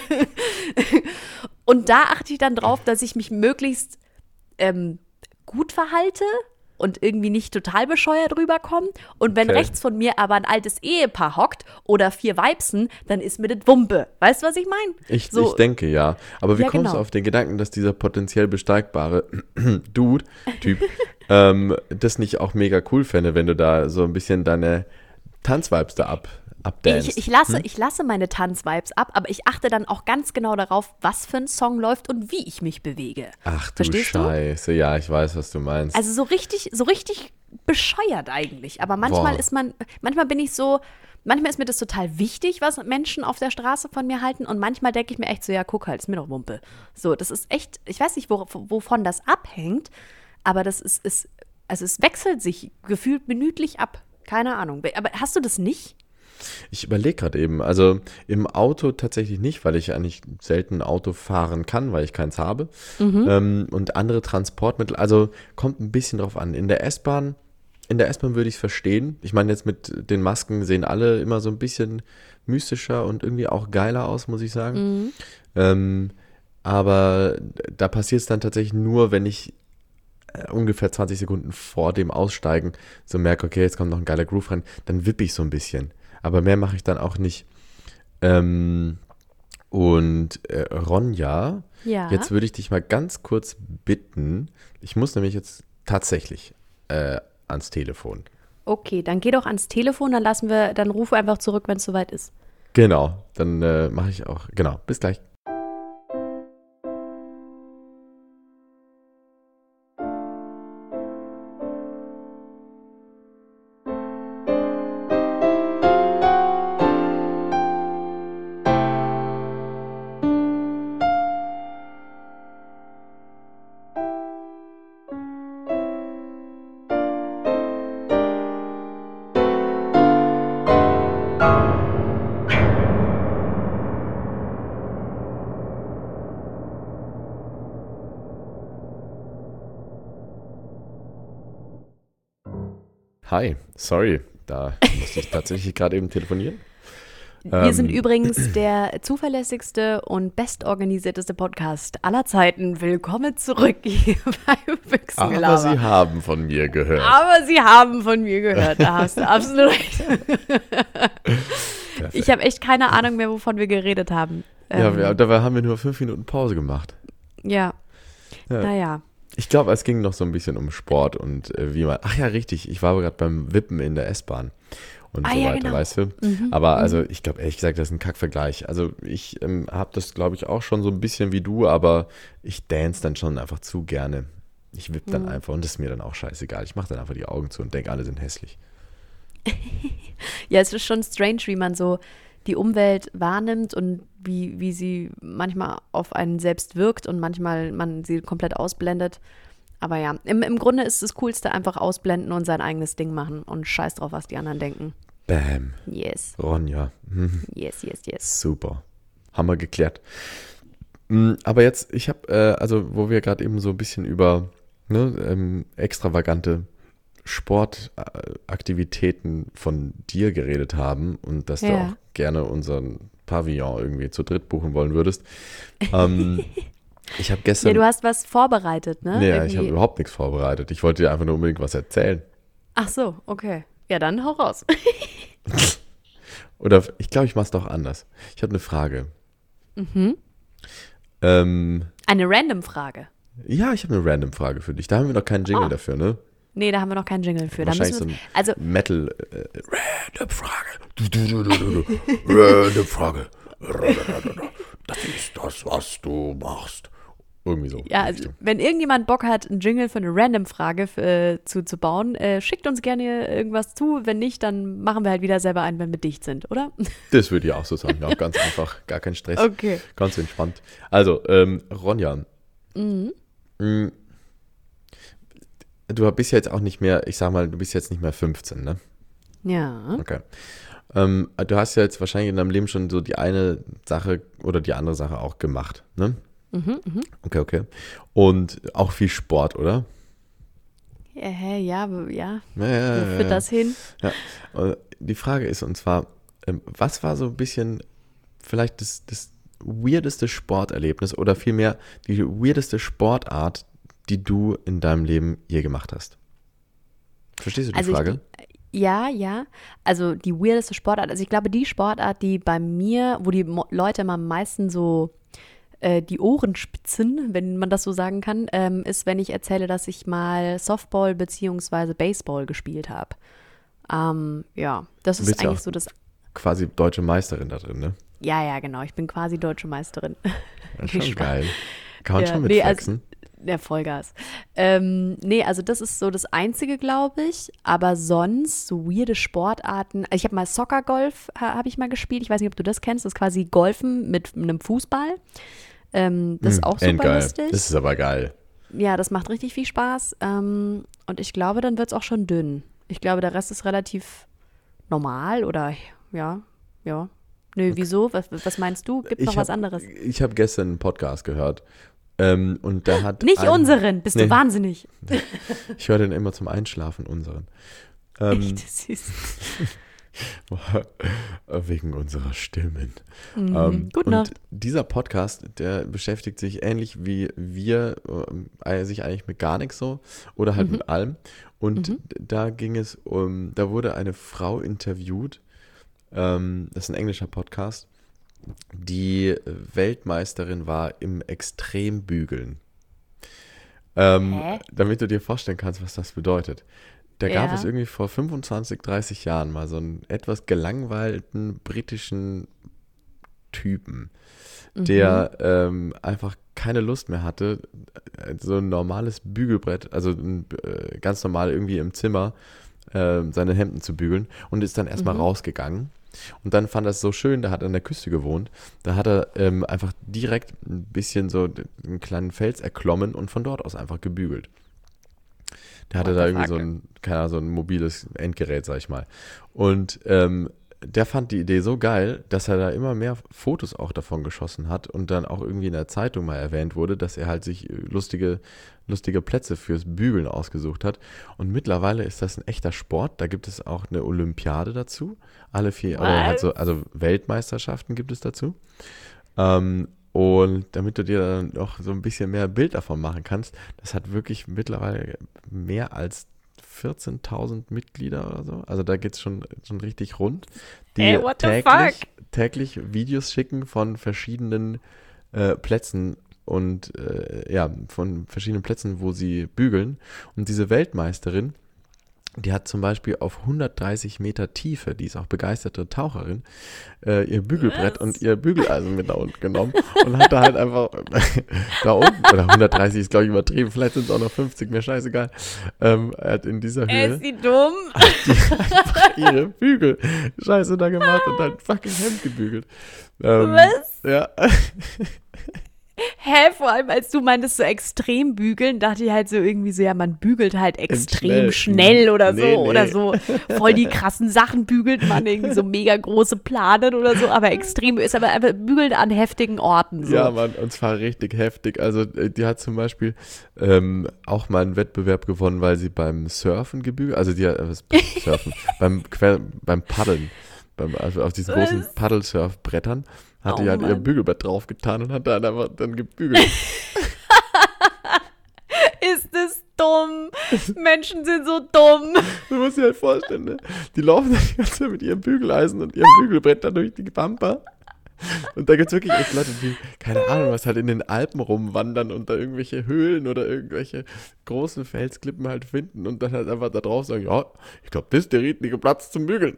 Und da achte ich dann drauf, dass ich mich möglichst ähm, gut verhalte und irgendwie nicht total bescheuert rüberkomme. Und wenn Okay. rechts von mir aber ein altes Ehepaar hockt oder vier Weibsen, dann ist mir das Wumpe. Weißt du, was ich meine? Ich, So- ich denke, ja. Aber wie Ja, kommst du genau. auf den Gedanken, dass dieser potenziell besteigbare Dude, Typ, ähm, das nicht auch mega cool fände, wenn du da so ein bisschen deine Tanzvibes da ab, abdanst? Ich, ich, lasse, ich lasse meine Tanzvibes ab, aber ich achte dann auch ganz genau darauf, was für ein Song läuft und wie ich mich bewege. Ach du Verstehst du? Scheiße, ja, ich weiß, was du meinst. Also so richtig, so richtig bescheuert eigentlich. Aber manchmal Boah. ist man, manchmal bin ich so, manchmal ist mir das total wichtig, was Menschen auf der Straße von mir halten. Und manchmal denke ich mir echt so, ja, guck halt, ist mir doch Wumpe. So, das ist echt, ich weiß nicht, wo, wovon das abhängt, aber das ist, ist, also es wechselt sich gefühlt minütlich ab. Keine Ahnung. Aber hast du das nicht? Ich überlege gerade eben, also im Auto tatsächlich nicht, weil ich eigentlich selten Auto fahren kann, weil ich keins habe. Ähm, und andere Transportmittel, also kommt ein bisschen drauf an. In der S-Bahn, in der S-Bahn würde ich es verstehen. Ich meine, jetzt mit den Masken sehen alle immer so ein bisschen mystischer und irgendwie auch geiler aus, muss ich sagen. Ähm, aber da passiert es dann tatsächlich nur, wenn ich äh, ungefähr zwanzig Sekunden vor dem Aussteigen so merke, okay, jetzt kommt noch ein geiler Groove rein, dann wippe ich so ein bisschen. Aber mehr mache ich dann auch nicht. Ähm, und äh, Ronja, Ja. jetzt würde ich dich mal ganz kurz bitten, ich muss nämlich jetzt tatsächlich äh, ans Telefon. Okay, dann geh doch ans Telefon, dann lassen wir, dann ruf einfach zurück, wenn es soweit ist. Genau, dann äh, mache ich auch, genau, bis gleich. Hi, sorry, da musste ich tatsächlich gerade eben telefonieren. Wir sind Ähm. übrigens der zuverlässigste und bestorganisierteste Podcast aller Zeiten. Willkommen zurück hier bei Büchsengelaber. Aber Sie haben von mir gehört. Aber Sie haben von mir gehört, da hast du absolut recht. Ich habe echt keine Ahnung mehr, wovon wir geredet haben. Ja, Ähm, wir, dabei haben wir nur fünf Minuten Pause gemacht. ja. Ja. Naja. Ich glaube, es ging noch so ein bisschen um Sport und äh, wie man. Ach ja, richtig. Ich war gerade beim Wippen in der S-Bahn und Ah, so ja, weiter, genau. weißt du. Aber also, ich glaube, ehrlich gesagt, das ist ein Kackvergleich. Also, ich ähm, habe das, glaube ich, auch schon so ein bisschen wie du, aber ich dance dann schon einfach zu gerne. Ich wipp dann einfach und das ist mir dann auch scheißegal. Ich mache dann einfach die Augen zu und denke, alle sind hässlich. Ja, es ist schon strange, wie man so die Umwelt wahrnimmt und wie, wie sie manchmal auf einen selbst wirkt und manchmal man sie komplett ausblendet. Aber ja, im, im Grunde ist das Coolste einfach ausblenden und sein eigenes Ding machen und scheiß drauf, was die anderen denken. Bam. Yes, Ronja. Hm. yes, yes, yes. Super. Haben wir geklärt. Mm, Aber jetzt, ich habe, äh, also wo wir gerade eben so ein bisschen über ne, ähm, extravagante Sportaktivitäten von dir geredet haben und dass Ja. du auch gerne unseren Pavillon irgendwie zu dritt buchen wollen würdest. Ähm, ich habe Ja, gestern... du hast was vorbereitet, ne? Nee, ich Irgendwie- habe überhaupt nichts vorbereitet. Ich wollte dir einfach nur unbedingt was erzählen. Ach so, okay. Ja, dann hau raus. Oder ich glaube, ich mache es doch anders. Ich habe eine Frage. Mhm. Ähm, Eine Random-Frage. ja, ich habe eine Random-Frage für dich. Da haben wir noch keinen Jingle Ah. dafür, ne? Nee, da haben wir noch keinen Jingle für. Da Wahrscheinlich müssen wir, so ein also, Metal. Äh, Random-Frage. Du, du, du, du, du, du. Random-Frage. Das ist das, was du machst. Irgendwie so. ja, also, wenn irgendjemand Bock hat, einen Jingle für eine Random-Frage äh, zu, zu bauen, äh, schickt uns gerne irgendwas zu. Wenn nicht, dann machen wir halt wieder selber einen, wenn wir dicht sind, oder? Das würde ich auch so sagen. Ja, ganz einfach. Gar kein Stress. Okay. Ganz entspannt. Also, ähm, Ronja. Mhm. mh, Du bist jetzt auch nicht mehr, ich sag mal, du bist jetzt nicht mehr fünfzehn, ne? Ja. Okay. Ähm, du hast ja jetzt wahrscheinlich in deinem Leben schon so die eine Sache oder die andere Sache auch gemacht, ne? Mhm, mhm. Okay, okay. Und auch viel Sport, oder? Ja, hä, ja, w- ja. Ja, ja, Wo ja, führt ja. das hin? Ja. Äh, Die Frage ist, und zwar, ähm, was war so ein bisschen vielleicht das, das weirdeste Sporterlebnis oder vielmehr die weirdeste Sportart, die du in deinem Leben je gemacht hast? Verstehst du die Also Frage? Ich, ja, ja. Also die weirdeste Sportart. Also ich glaube, die Sportart, die bei mir, wo die Mo Leute immer am meisten so äh, die Ohren spitzen, wenn man das so sagen kann, ähm, ist, wenn ich erzähle, dass ich mal Softball beziehungsweise Baseball gespielt habe. Ähm, ja, das Du ist bist ja eigentlich auch so das. quasi deutsche Meisterin da drin, ne? Ja, ja, genau. Ich bin quasi deutsche Meisterin. Das ist Nee, schon Spaß. geil. Kann man Ja, schon mit nee, also- flexen. Der Vollgas. Ähm, nee, also das ist so das Einzige, glaube ich. Aber sonst so weirde Sportarten. Also ich habe mal Soccer-Golf, ha, habe ich mal gespielt. Ich weiß nicht, ob du das kennst. Das ist quasi Golfen mit einem Fußball. Ähm, das ist auch super Hm, Endgeil. lustig. Das ist aber geil. Ja, das macht richtig viel Spaß. Ähm, und ich glaube, dann wird es auch schon dünn. Ich glaube, der Rest ist relativ normal oder ja, ja. Nö, wieso? Was, was meinst du? Gibt noch Ich was hab- anderes? Ich habe gestern einen Podcast gehört. Ähm, und da hat Nicht ein, unseren, bist Nee. du wahnsinnig. Ich höre den immer zum Einschlafen, unseren. Ähm, Echt süß. wegen unserer Stimmen. Mhm. Ähm, Gute und Nacht. dieser Podcast, der beschäftigt sich ähnlich wie wir, äh, sich eigentlich mit gar nichts so oder halt Mhm. mit allem. Und Mhm. da ging es um, da wurde eine Frau interviewt, ähm, das ist ein englischer Podcast, die Weltmeisterin war im Extrembügeln. Ähm, Hä? damit du dir vorstellen kannst, was das bedeutet. Da gab Ja. es irgendwie vor fünfundzwanzig, dreißig Jahren mal so einen etwas gelangweilten britischen Typen, Mhm. der ähm, einfach keine Lust mehr hatte, äh, so ein normales Bügelbrett, also ein, äh, ganz normal irgendwie im Zimmer, äh, seine Hemden zu bügeln und ist dann erstmal Mhm. rausgegangen. Und dann fand er es so schön, da hat er an der Küste gewohnt, da hat er ähm, einfach direkt ein bisschen so einen kleinen Fels erklommen und von dort aus einfach gebügelt. Der hatte What da the irgendwie so fuck? ein, keine Ahnung, so ein mobiles Endgerät, sag ich mal. Und ähm, der fand die Idee so geil, dass er da immer mehr Fotos auch davon geschossen hat und dann auch irgendwie in der Zeitung mal erwähnt wurde, dass er halt sich lustige, lustige Plätze fürs Bügeln ausgesucht hat. Und mittlerweile ist das ein echter Sport. Da gibt es auch eine Olympiade dazu. Alle vier, oder halt so, also Weltmeisterschaften gibt es dazu. Ähm, und damit du dir dann noch so ein bisschen mehr Bild davon machen kannst, das hat wirklich mittlerweile mehr als vierzehntausend Mitglieder oder so. Also da geht es schon, schon richtig rund. Die Ey, what the täglich, fuck? täglich Videos schicken von verschiedenen äh, Plätzen und äh, ja, von verschiedenen Plätzen, wo sie bügeln. Und diese Weltmeisterin, die hat zum Beispiel auf hundertdreißig Meter Tiefe, die ist auch begeisterte Taucherin, äh, ihr Bügelbrett Was? und ihr Bügeleisen mit nach unten genommen und hat da halt einfach da unten, oder hundertdreißig ist glaube ich übertrieben, vielleicht sind es auch noch fünfzig, mir scheißegal, ähm, er hat in dieser Ey, Höhe ist sie dumm? die einfach ihre Bügel Scheiße da gemacht und dann fucking Hemd gebügelt. Ähm, Was? Ja. Hä, vor allem als du meintest so extrem bügeln, dachte ich halt so irgendwie so, ja, man bügelt halt extrem schnell. schnell oder so Nee, nee. oder so. Voll die krassen Sachen bügelt man, irgendwie so mega große Planen oder so, aber extrem ist aber einfach bügeln an heftigen Orten. So. Ja, Mann, und zwar richtig heftig. Also äh, die hat zum Beispiel ähm, auch mal einen Wettbewerb gewonnen, weil sie beim Surfen gebügelt, also die hat, äh, was, Surfen, beim, Quer, beim Paddeln, beim, also auf diesen großen Was? Paddelsurfbrettern, hat Oh die halt ihr Mann. Bügelbrett draufgetan und hat dann einfach dann gebügelt. Ist es dumm? Menschen sind so dumm. Du musst dir halt vorstellen, ne? Die laufen dann die ganze Zeit mit ihrem Bügeleisen und ihrem Bügelbrett da durch die Pampa. Und da gibt es wirklich echt Leute, die, keine Ahnung, was halt in den Alpen rumwandern und da irgendwelche Höhlen oder irgendwelche großen Felsklippen halt finden und dann halt einfach da drauf sagen, ja, ich glaube, das ist der richtige Platz zum Bügeln.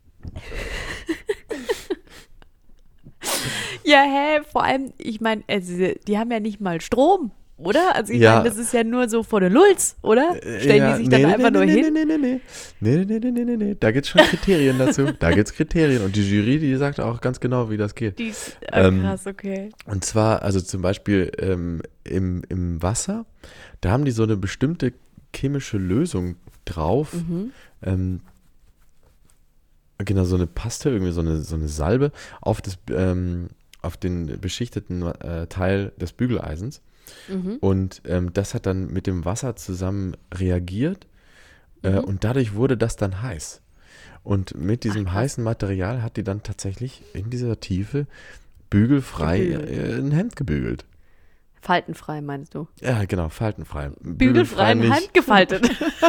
Ja, hä, vor allem, ich meine, also, die haben ja nicht mal Strom, oder? Also ich Ja. meine, das ist ja nur so vor der Lulz, oder? Stellen Ja, die sich nee, dann nee, einfach nee, nur nee, hin? Nee, nee, nee, nee, nee, nee, nee, nee, nee, da gibt es schon Kriterien dazu. Da gibt es Kriterien und die Jury, die sagt auch ganz genau, wie das geht. Die ist, ah, Ähm, krass, okay. Und zwar, also zum Beispiel ähm, im, im Wasser, da haben die so eine bestimmte chemische Lösung drauf. Mhm. Ähm, genau, so eine Paste, irgendwie so eine, so eine Salbe auf, das, ähm, auf den beschichteten äh, Teil des Bügeleisens. Mhm. Und ähm, das hat dann mit dem Wasser zusammen reagiert äh, Mhm. und dadurch wurde das dann heiß. Und mit diesem Ach, krass. heißen Material hat die dann tatsächlich in dieser Tiefe bügelfrei Gebügelt. äh, ein Hemd gebügelt. Faltenfrei, meinst du? Ja, genau, faltenfrei. Bügelfrei in nicht. Hand gefaltet.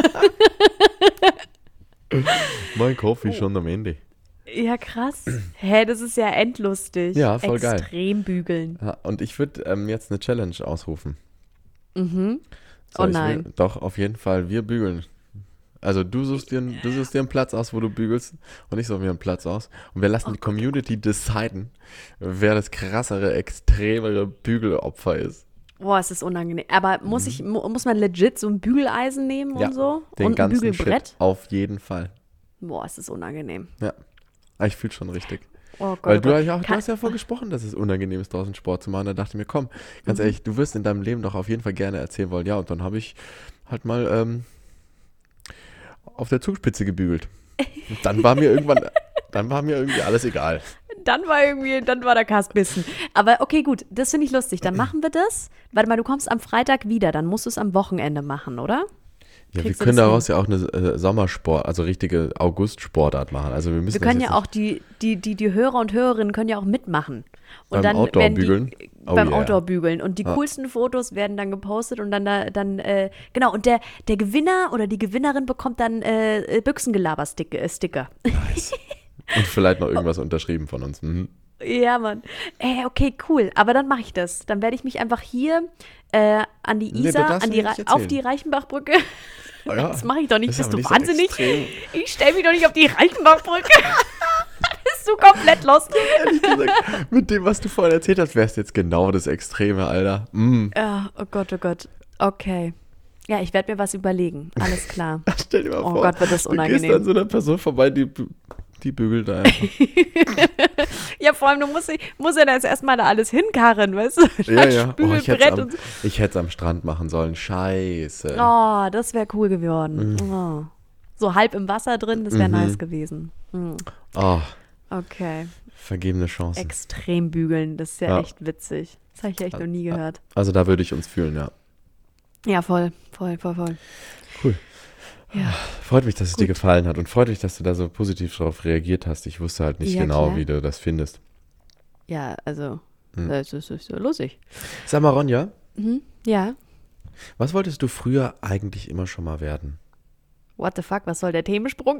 Mein Kopf ist Oh. schon am Ende. Ja, krass. Hä, das ist ja endlustig. Ja, voll geil. Extrem bügeln. Ja, und ich würde ähm, jetzt eine Challenge ausrufen. Mhm. So, Oh ich will- nein. Doch, auf jeden Fall, wir bügeln. Also du suchst, dir, einen- du suchst dir einen Platz aus, wo du bügelst und ich suche mir einen Platz aus. Und wir lassen Oh die Gott. Community deciden, wer das krassere, extremere Bügelopfer ist. Boah, es ist unangenehm. Aber muss ich, mu- muss man legit so ein Bügeleisen nehmen Mhm. Ja, und so? Den Und ein ganzen Bügelbrett? Shit. Auf jeden Fall. Boah, es ist unangenehm. Ja. Aber ich fühle schon richtig. Oh Gott, Weil oh du, Gott. ja auch, du Kann- hast ja vorgesprochen, dass es unangenehm ist, draußen Sport zu machen. Da dachte ich mir, komm, ganz Mhm. ehrlich, du wirst in deinem Leben doch auf jeden Fall gerne erzählen wollen. Ja, und dann habe ich halt mal ähm, auf der Zugspitze gebügelt. Und dann war mir irgendwann, dann war mir irgendwie alles egal. Dann war irgendwie, dann war der Kasbissen. Aber okay, gut, das finde ich lustig. Dann machen wir das. Warte mal, du kommst am Freitag wieder, dann musst du es am Wochenende machen, oder? Ja, wir Kriegst du können das daraus ja auch eine äh, Sommersport, also richtige August-Sportart machen. Also wir müssen Wir können das ja jetzt auch, die, die, die, die Hörer und Hörerinnen können ja auch mitmachen. Und Beim dann werden die, Outdoor-Bügeln? Oh beim yeah. Outdoor-Bügeln. Und die Ja. coolsten Fotos werden dann gepostet und dann, da, dann äh, genau, und der, der Gewinner oder die Gewinnerin bekommt dann äh, Büchsengelaber-Sticker. Äh, Sticker. Nice. Und vielleicht noch irgendwas unterschrieben von uns. Mhm. Ja, Mann. Ey, okay, cool. Aber dann mache ich das. Dann werde ich mich einfach hier äh, an die Nee, du Isar, darfst an mir nicht nicht Re- auf erzählen. die Reichenbachbrücke. Oh ja. Das mache ich doch nicht. Das ist Bist aber du nicht so wahnsinnig? extrem. Ich stelle mich doch nicht auf die Reichenbachbrücke. Bist du komplett lost? Ehrlich gesagt, mit dem, was du vorhin erzählt hast, wärst jetzt genau das Extreme, Alter. Mm. Ja, oh Gott, oh Gott. Okay. Ja, ich werde mir was überlegen. Alles klar. Stell dir mal Oh vor, Gott, wird das du gehst unangenehm. an so einer Person vorbei, die, bü- die bügelt da einfach. Ja, vor allem, du musst, musst ja das erstmal da alles hinkarren, weißt du? Ja, Das ja. Oh, ich hätte Spülbrett es am, und so. ich hätt's am Strand machen sollen. Scheiße. Oh, das wäre cool geworden. Mhm. Oh. So halb im Wasser drin, das wäre Mhm. nice gewesen. Hm. Oh, Okay. vergebene Chance. Extrem bügeln, das ist ja, Ja. echt witzig. Das habe ich echt noch nie gehört. Also da würde ich uns fühlen, ja. Ja, voll, voll, voll, voll. Cool. Ja, Freut mich, dass es dir Gut. gefallen hat und freut mich, dass du da so positiv drauf reagiert hast. Ich wusste halt nicht Ja, genau, klar. wie du das findest. ja also, Hm. das ist, ist so lustig. Sag mal, Ronja, Mhm. Ja, was wolltest du früher eigentlich immer schon mal werden? what the fuck, was soll der Themensprung?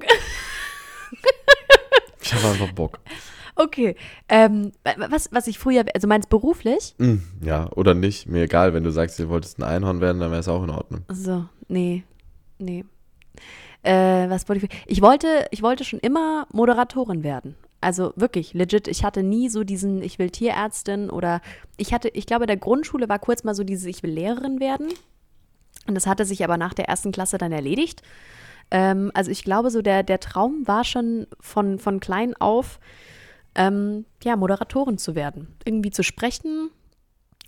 Ich habe einfach Bock. Okay, ähm, was, was ich früher, also meinst beruflich? Mm, ja, oder nicht. Mir egal, wenn du sagst, du wolltest ein Einhorn werden, dann wäre es auch in Ordnung. So, nee, nee. Äh, was wollte ich? Ich wollte, ich wollte schon immer Moderatorin werden. Also wirklich, legit. Ich hatte nie so diesen, ich will Tierärztin oder ich hatte, ich glaube, in der Grundschule war kurz mal so dieses, ich will Lehrerin werden. Und das hatte sich aber nach der ersten Klasse dann erledigt. Ähm, also ich glaube, so der, der Traum war schon von, von klein auf, ähm, ja, Moderatorin zu werden. Irgendwie zu sprechen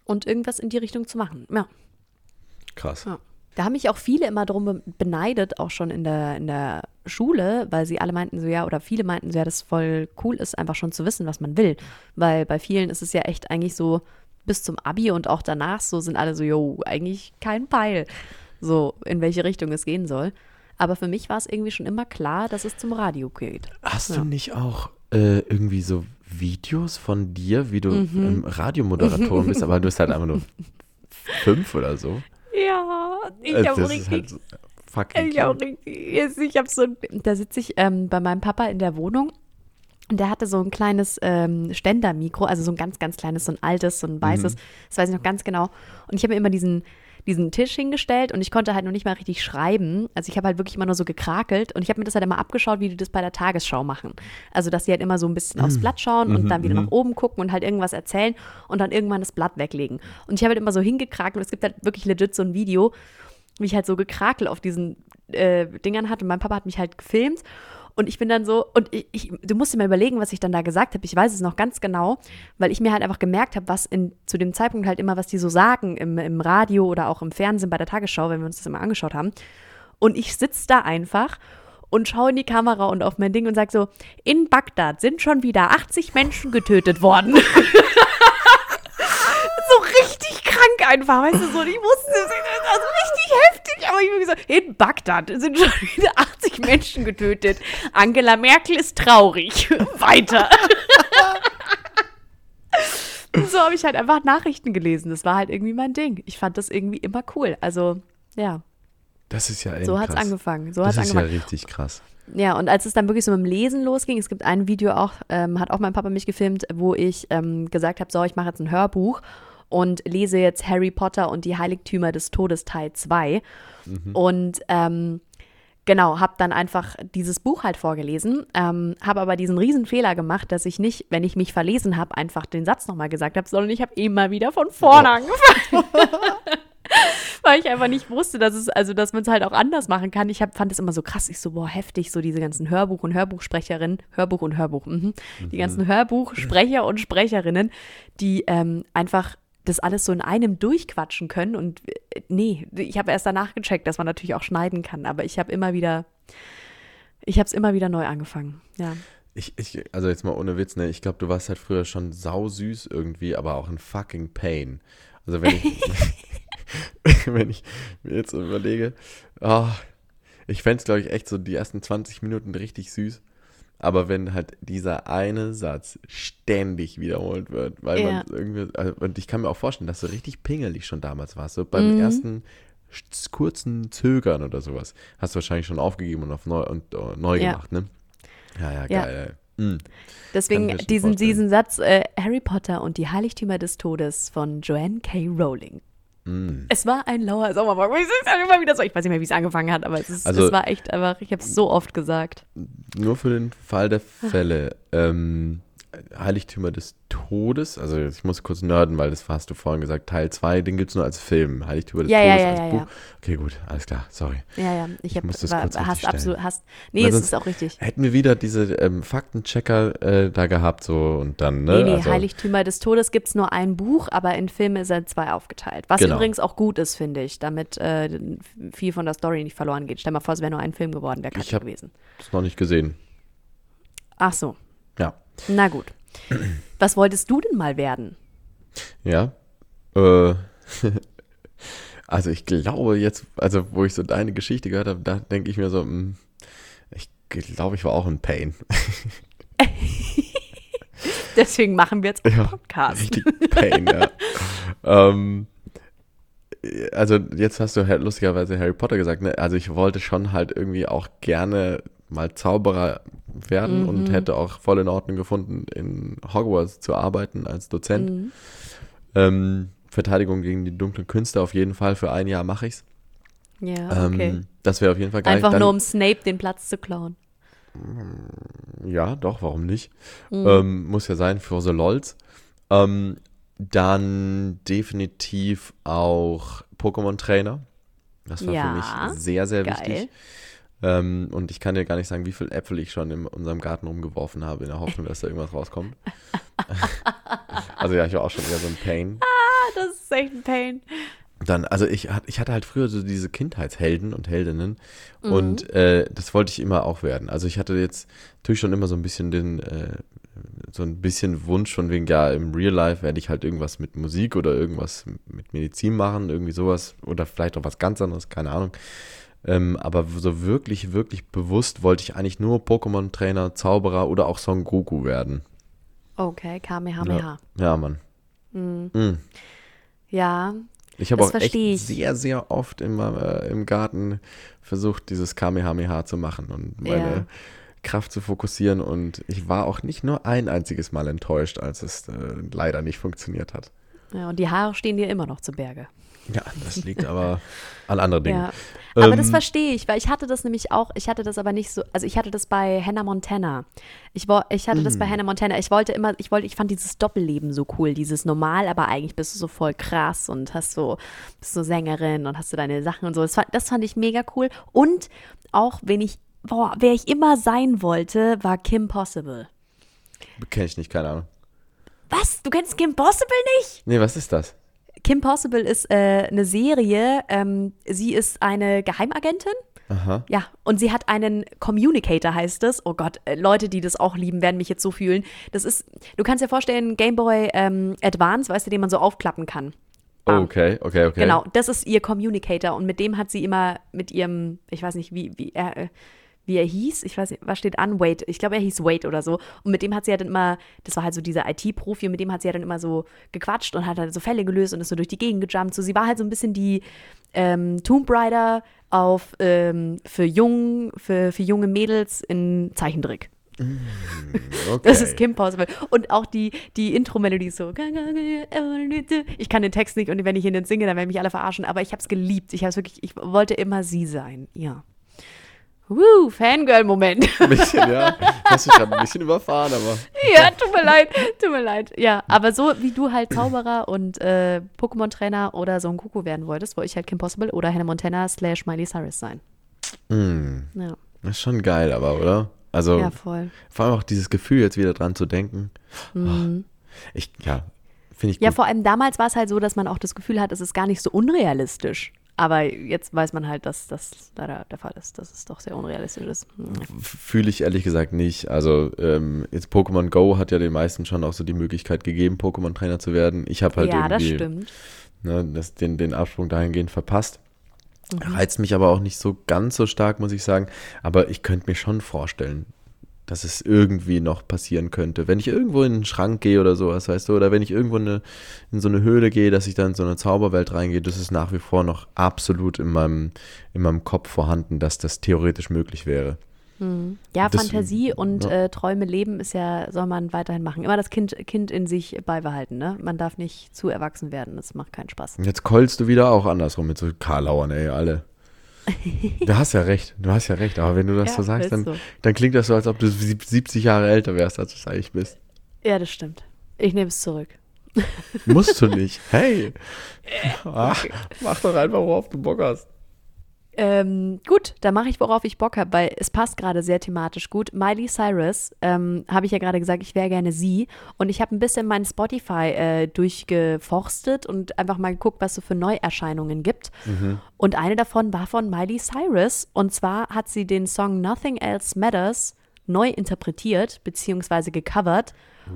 und irgendwas in die Richtung zu machen. Ja. Krass. Ja. Da haben mich auch viele immer drum beneidet, auch schon in der, in der Schule, weil sie alle meinten so, ja, oder viele meinten so, ja, das voll cool ist, einfach schon zu wissen, was man will. Weil bei vielen ist es ja echt eigentlich so, bis zum Abi und auch danach so sind alle so, jo, eigentlich kein Peil, so in welche Richtung es gehen soll. Aber für mich war es irgendwie schon immer klar, dass es zum Radio geht. Hast Ja. du nicht auch äh, irgendwie so Videos von dir, wie du Mhm. ähm, Radiomoderatorin bist, aber du bist halt einfach nur fünf oder so? Ja, ich Äh, habe das richtig ist halt so fucking Ich auch cute. richtig. Jetzt, Ich habe so, ein- da sitze ich ähm, bei meinem Papa in der Wohnung und der hatte so ein kleines ähm, Ständermikro, also so ein ganz, ganz kleines, so ein altes, so ein weißes, Mhm. das weiß ich noch ganz genau. Und ich habe mir immer diesen, diesen Tisch hingestellt und ich konnte halt noch nicht mal richtig schreiben. Also ich habe halt wirklich immer nur so gekrakelt und ich habe mir das halt immer abgeschaut, wie die das bei der Tagesschau machen. Also dass sie halt immer so ein bisschen aufs Blatt schauen und Mhm, dann wieder mhm. nach oben gucken und halt irgendwas erzählen und dann irgendwann das Blatt weglegen. Und ich habe halt immer so hingekrakelt und es gibt halt wirklich legit so ein Video, wie ich halt so gekrakel auf diesen äh, Dingern hatte. Und mein Papa hat mich halt gefilmt. Und ich bin dann so, und ich, ich, du musst dir mal überlegen, was ich dann da gesagt habe. Ich weiß es noch ganz genau, weil ich mir halt einfach gemerkt habe, was in, zu dem Zeitpunkt halt immer, was die so sagen im, im Radio oder auch im Fernsehen bei der Tagesschau, wenn wir uns das immer angeschaut haben. Und ich sitze da einfach und schaue in die Kamera und auf mein Ding und sage so, in Bagdad sind schon wieder achtzig Menschen getötet worden. So richtig krank einfach, weißt du, so, und ich wusste, das ist richtig heftig, aber ich habe gesagt, in Bagdad sind schon wieder achtzig Menschen getötet. Angela Merkel ist traurig. Weiter. Und so habe ich halt einfach Nachrichten gelesen. Das war halt irgendwie mein Ding. Ich fand das irgendwie immer cool. Also, ja, Das ist ja echt so hat es krass. angefangen. So Das hat's ist ja angefangen. richtig krass. Ja, und als es dann wirklich so mit dem Lesen losging, es gibt ein Video auch, ähm, hat auch mein Papa mich gefilmt, wo ich ähm, gesagt habe, so, ich mache jetzt ein Hörbuch und lese jetzt Harry Potter und die Heiligtümer des Todes Teil zwei. Und ähm, genau, habe dann einfach dieses Buch halt vorgelesen, ähm, habe aber diesen riesen Fehler gemacht, dass ich nicht, wenn ich mich verlesen habe, einfach den Satz nochmal gesagt habe, sondern ich habe immer wieder von vorne angefangen. Weil ich einfach nicht wusste, dass es, also dass man es halt auch anders machen kann. Ich hab, fand es immer so krass, ich so, boah, heftig, so diese ganzen Hörbuch- und Hörbuchsprecherinnen, Hörbuch und Hörbuch, mhm. die ganzen Hörbuchsprecher und Sprecherinnen, die ähm, einfach das alles so in einem durchquatschen können. Und äh, nee, ich habe erst danach gecheckt, dass man natürlich auch schneiden kann, aber ich habe immer wieder, ich habe es immer wieder neu angefangen, ja. Ich, ich, also jetzt mal ohne Witz, ne? Ich glaube, du warst halt früher schon sausüß irgendwie, aber auch ein fucking Pain. Also wenn ich, wenn ich mir jetzt so überlege, oh, ich fände es, glaube ich, echt so die ersten zwanzig Minuten richtig süß. Aber wenn halt dieser eine Satz ständig wiederholt wird, weil Ja. man irgendwie, also, und ich kann mir auch vorstellen, dass du richtig pingelig schon damals warst, so beim ersten sch- kurzen Zögern oder sowas, hast du wahrscheinlich schon aufgegeben und auf neu, und, äh, neu Ja. gemacht, ne? Ja, ja, Ja. geil. ey. Mm. Deswegen Kann ich mir schon diesen, vorstellen. diesen Satz, äh, Harry Potter und die Heiligtümer des Todes von Joanne K. Rowling. Mm. Es war ein lauer Sommermorgen. Es ist halt immer wieder so. Ich weiß nicht mehr, wie es angefangen hat, aber es, ist, Also- es war echt einfach, ich habe es so oft gesagt. Nur für den Fall der Fälle, ähm, Heiligtümer des Todes, also ich muss kurz nerden, weil das hast du vorhin gesagt, Teil zwei, den gibt es nur als Film, Heiligtümer des Ja, ja, Todes ja, als ja, Buch. ja. Okay, gut, alles klar, sorry. Ja, ja, ich, Ich hab, muss das war, kurz hast richtigstellen. absolut, hast, nee, Weil es sonst ist auch richtig. Hätten wir wieder diese ähm, Faktenchecker äh, da gehabt, so und dann, ne? Nee, nee, also, Heiligtümer des Todes gibt es nur ein Buch, aber in Filme sind zwei aufgeteilt. Was Genau. übrigens auch gut ist, finde ich, damit äh, viel von der Story nicht verloren geht. Stell mal vor, es wäre nur ein Film geworden, wäre Ich kacke hab- gewesen. das noch nicht gesehen. Ach so, Ja. na gut. Was wolltest du denn mal werden? Ja. Äh, also ich glaube jetzt, also wo ich so deine Geschichte gehört habe, da denke ich mir so, mh, ich glaube, ich war auch in Pain. Deswegen machen wir jetzt auch Ja, Podcast. Richtig Pain, ja. ähm, also jetzt hast du halt lustigerweise Harry Potter gesagt, ne? Also ich wollte schon halt irgendwie auch gerne mal Zauberer werden Mhm. und hätte auch voll in Ordnung gefunden, in Hogwarts zu arbeiten als Dozent. Mhm. Ähm, Verteidigung gegen die dunklen Künste auf jeden Fall, für ein Jahr mache ich's. Ja, okay. Ähm, das wäre auf jeden Fall geil. Einfach Dann, nur, um Snape den Platz zu klauen. Ja, doch, warum nicht? Mhm. Ähm, muss ja sein für so LOLs. Ähm, dann definitiv auch Pokémon-Trainer. Das war Ja, für mich sehr, sehr geil. wichtig. Ähm, und ich kann dir gar nicht sagen, wie viele Äpfel ich schon in unserem Garten rumgeworfen habe, in der Hoffnung, dass da irgendwas rauskommt. Also ja, ich war auch schon eher so ein Pain. Ah, das ist ist echt ein Pain. Dann, also ich, hat- ich hatte halt früher so diese Kindheitshelden und Heldinnen Mhm. und äh, das wollte ich immer auch werden. Also ich hatte jetzt natürlich schon immer so ein bisschen den, äh, so ein bisschen Wunsch von wegen, ja, im Real Life werde ich halt irgendwas mit Musik oder irgendwas mit Medizin machen, irgendwie sowas oder vielleicht auch was ganz anderes, keine Ahnung. Ähm, aber so wirklich, wirklich bewusst wollte ich eigentlich nur Pokémon-Trainer, Zauberer oder auch Son Goku werden. Okay, Ja, Kamehameha. ja, Mann. Mhm. Mm. Ja, Ich habe das auch echt verstehe ich. sehr, sehr oft immer äh, im Garten versucht, dieses Kamehameha zu machen und Ja. meine Kraft zu fokussieren. Und ich war auch nicht nur ein einziges Mal enttäuscht, als es äh, leider nicht funktioniert hat. Ja, und die Haare stehen dir immer noch zu Berge. Ja, das liegt aber an anderen Dingen. Ja, aber das Ähm, verstehe ich, weil ich hatte das nämlich auch, ich hatte das aber nicht so, also ich hatte das bei Hannah Montana. Ich, wo- ich hatte das bei Hannah Montana. Ich wollte immer, ich wollte, ich fand dieses Doppelleben so cool, dieses normal, aber eigentlich bist du so voll krass und hast so, bist so Sängerin und hast so deine Sachen und so. Das fand, das fand ich mega cool. Und auch, wenn ich, boah, wer ich immer sein wollte, war Kim Possible. Kenne ich nicht, keine Ahnung. Was? Du kennst Kim Possible nicht? Nee, was ist das? Kim Possible ist äh, eine Serie. Ähm, sie ist eine Geheimagentin. Aha. Ja, und sie hat einen Communicator, heißt es. Oh Gott, äh, Leute, die das auch lieben, werden mich jetzt so fühlen. Das ist, du kannst dir vorstellen, Game Boy ähm, Advance, weißt du, den man so aufklappen kann. Oh, Ah, okay, okay, okay. Genau, das ist ihr Communicator und mit dem hat sie immer mit ihrem, ich weiß nicht, wie, wie er, äh, wie er hieß, ich weiß nicht, was steht an? Wade, ich glaube, er hieß Wade oder so. Und mit dem hat sie ja dann immer, das war halt so dieser I T-Profi, und mit dem hat sie ja dann immer so gequatscht und hat halt so Fälle gelöst und ist so durch die Gegend gejumpt. So, sie war halt so ein bisschen die ähm, Tomb Raider auf, ähm, für, jung, für, für junge Mädels in Zeichentrick. Okay. Das ist Kim Possible. Und auch die, die Intro-Melodie ist so. Ich kann den Text nicht und wenn ich ihn dann singe, dann werden mich alle verarschen. Aber ich habe es geliebt. Ich habe es wirklich, ich wollte immer sie sein. Ja. Woo, Fangirl-Moment. Ein bisschen, ja. Hast du gerade ein bisschen überfahren, aber. Ja, tut mir leid, tut mir leid. Ja, aber so wie du halt Zauberer und äh, Pokémon-Trainer oder so ein Kuckuck werden wolltest, wollte ich halt Kim Possible oder Hannah Montana slash Miley Cyrus sein. Mm, Ja, das ist schon geil, aber, oder? Also, ja voll. vor allem auch dieses Gefühl, jetzt wieder dran zu denken. Mhm. Ich, ja, finde ich Ja, gut. vor allem damals war es halt so, dass man auch das Gefühl hat, es ist gar nicht so unrealistisch. Aber jetzt weiß man halt, dass das leider der Fall ist, dass es doch sehr unrealistisch ist. Hm. Fühle ich ehrlich gesagt nicht. Also, ähm, jetzt Pokémon Go hat ja den meisten schon auch so die Möglichkeit gegeben, Pokémon-Trainer zu werden. Ich habe halt Ja, das irgendwie stimmt. ne, das, den, den Absprung dahingehend verpasst. Reizt mich aber auch nicht so ganz so stark, muss ich sagen. Aber ich könnte mir schon vorstellen, dass es irgendwie noch passieren könnte. Wenn ich irgendwo in einen Schrank gehe oder sowas, weißt du, oder wenn ich irgendwo eine, in so eine Höhle gehe, dass ich dann in so eine Zauberwelt reingehe, das ist nach wie vor noch absolut in meinem, in meinem Kopf vorhanden, dass das theoretisch möglich wäre. Ja, Das- Fantasie und ja. äh, Träume leben ist ja, soll man weiterhin machen. Immer das Kind, Kind in sich beibehalten, ne? Man darf nicht zu erwachsen werden, das macht keinen Spaß. Und jetzt keulst du wieder auch andersrum mit so Karlauern, ey, alle. Du hast ja recht, du hast ja recht, aber wenn du das Ja, so sagst, ist dann, so. dann klingt das so, als ob du sieb- siebzig Jahre älter wärst, als du es eigentlich bist. Ja, das stimmt. Ich nehme es zurück. Musst du nicht. Hey, Ach, mach doch einfach, worauf du Bock hast. Ähm, gut, dann mache ich, worauf ich Bock habe, weil es passt gerade sehr thematisch gut. Miley Cyrus, ähm, habe ich ja gerade gesagt, ich wäre gerne sie. Und ich habe ein bisschen mein Spotify äh, durchgeforstet und einfach mal geguckt, was es so für Neuerscheinungen gibt. Und eine davon war von Miley Cyrus. Und zwar hat sie den Song Nothing Else Matters neu interpretiert, beziehungsweise gecovert.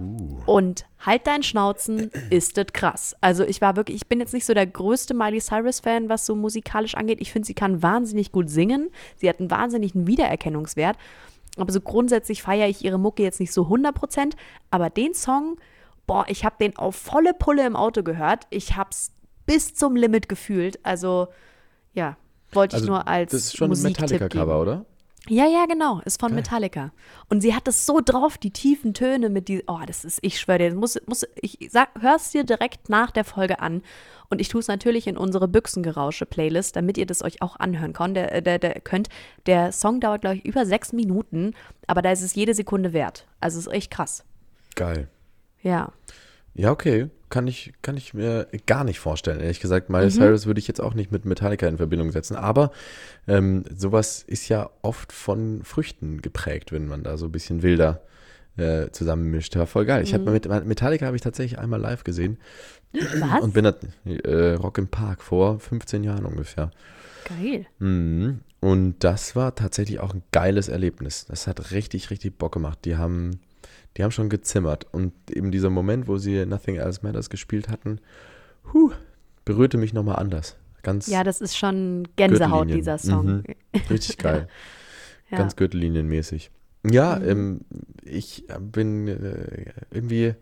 Und halt dein Schnauzen, ist das krass. Also ich war wirklich, ich bin jetzt nicht so der größte Miley Cyrus-Fan, was so musikalisch angeht. Ich finde, sie kann wahnsinnig gut singen. Sie hat einen wahnsinnigen Wiedererkennungswert. Aber so grundsätzlich feiere ich ihre Mucke jetzt nicht so hundert Prozent. Aber den Song, boah, ich habe den auf volle Pulle im Auto gehört. Ich habe es bis zum Limit gefühlt. Also ja, wollte ich Also, nur als das ist schon ein Musiktipp Metallica-Cover, geben. oder? Ja, ja, genau. Ist von Geil. Metallica. Und sie hat das so drauf, die tiefen Töne mit die. Oh, das ist, ich schwöre dir, das muss, muss, ich sag, hör's dir direkt nach der Folge an. Und ich tue es natürlich in unsere Büchsengerausche-Playlist, damit ihr das euch auch anhören könnt. Der, der, der, könnt. Der Song dauert, glaube ich, über sechs Minuten, aber da ist es jede Sekunde wert. Also es ist echt krass. Geil. Ja. Ja, okay. Kann ich, kann ich mir gar nicht vorstellen. Ehrlich gesagt, Miley Cyrus würde ich jetzt auch nicht mit Metallica in Verbindung setzen. Aber ähm, sowas ist ja oft von Früchten geprägt, wenn man da so ein bisschen wilder äh, zusammenmischt. War voll geil. Ich Mhm. habe mit Metallica habe ich tatsächlich einmal live gesehen. Was? Und bin da, äh, Rock im Park vor fünfzehn Jahren ungefähr. Geil. Mhm. Und das war tatsächlich auch ein geiles Erlebnis. Das hat richtig, richtig Bock gemacht. Die haben, die haben schon gezimmert. Und eben dieser Moment, wo sie Nothing Else Matters gespielt hatten, huh, berührte mich nochmal anders. Ganz Ja, das ist schon Gänsehaut, Gürtellinien. dieser Song. Mhm. Richtig geil. Ja. Ganz gürtellinienmäßig. Ja, Mhm. ähm, ich bin äh, irgendwie,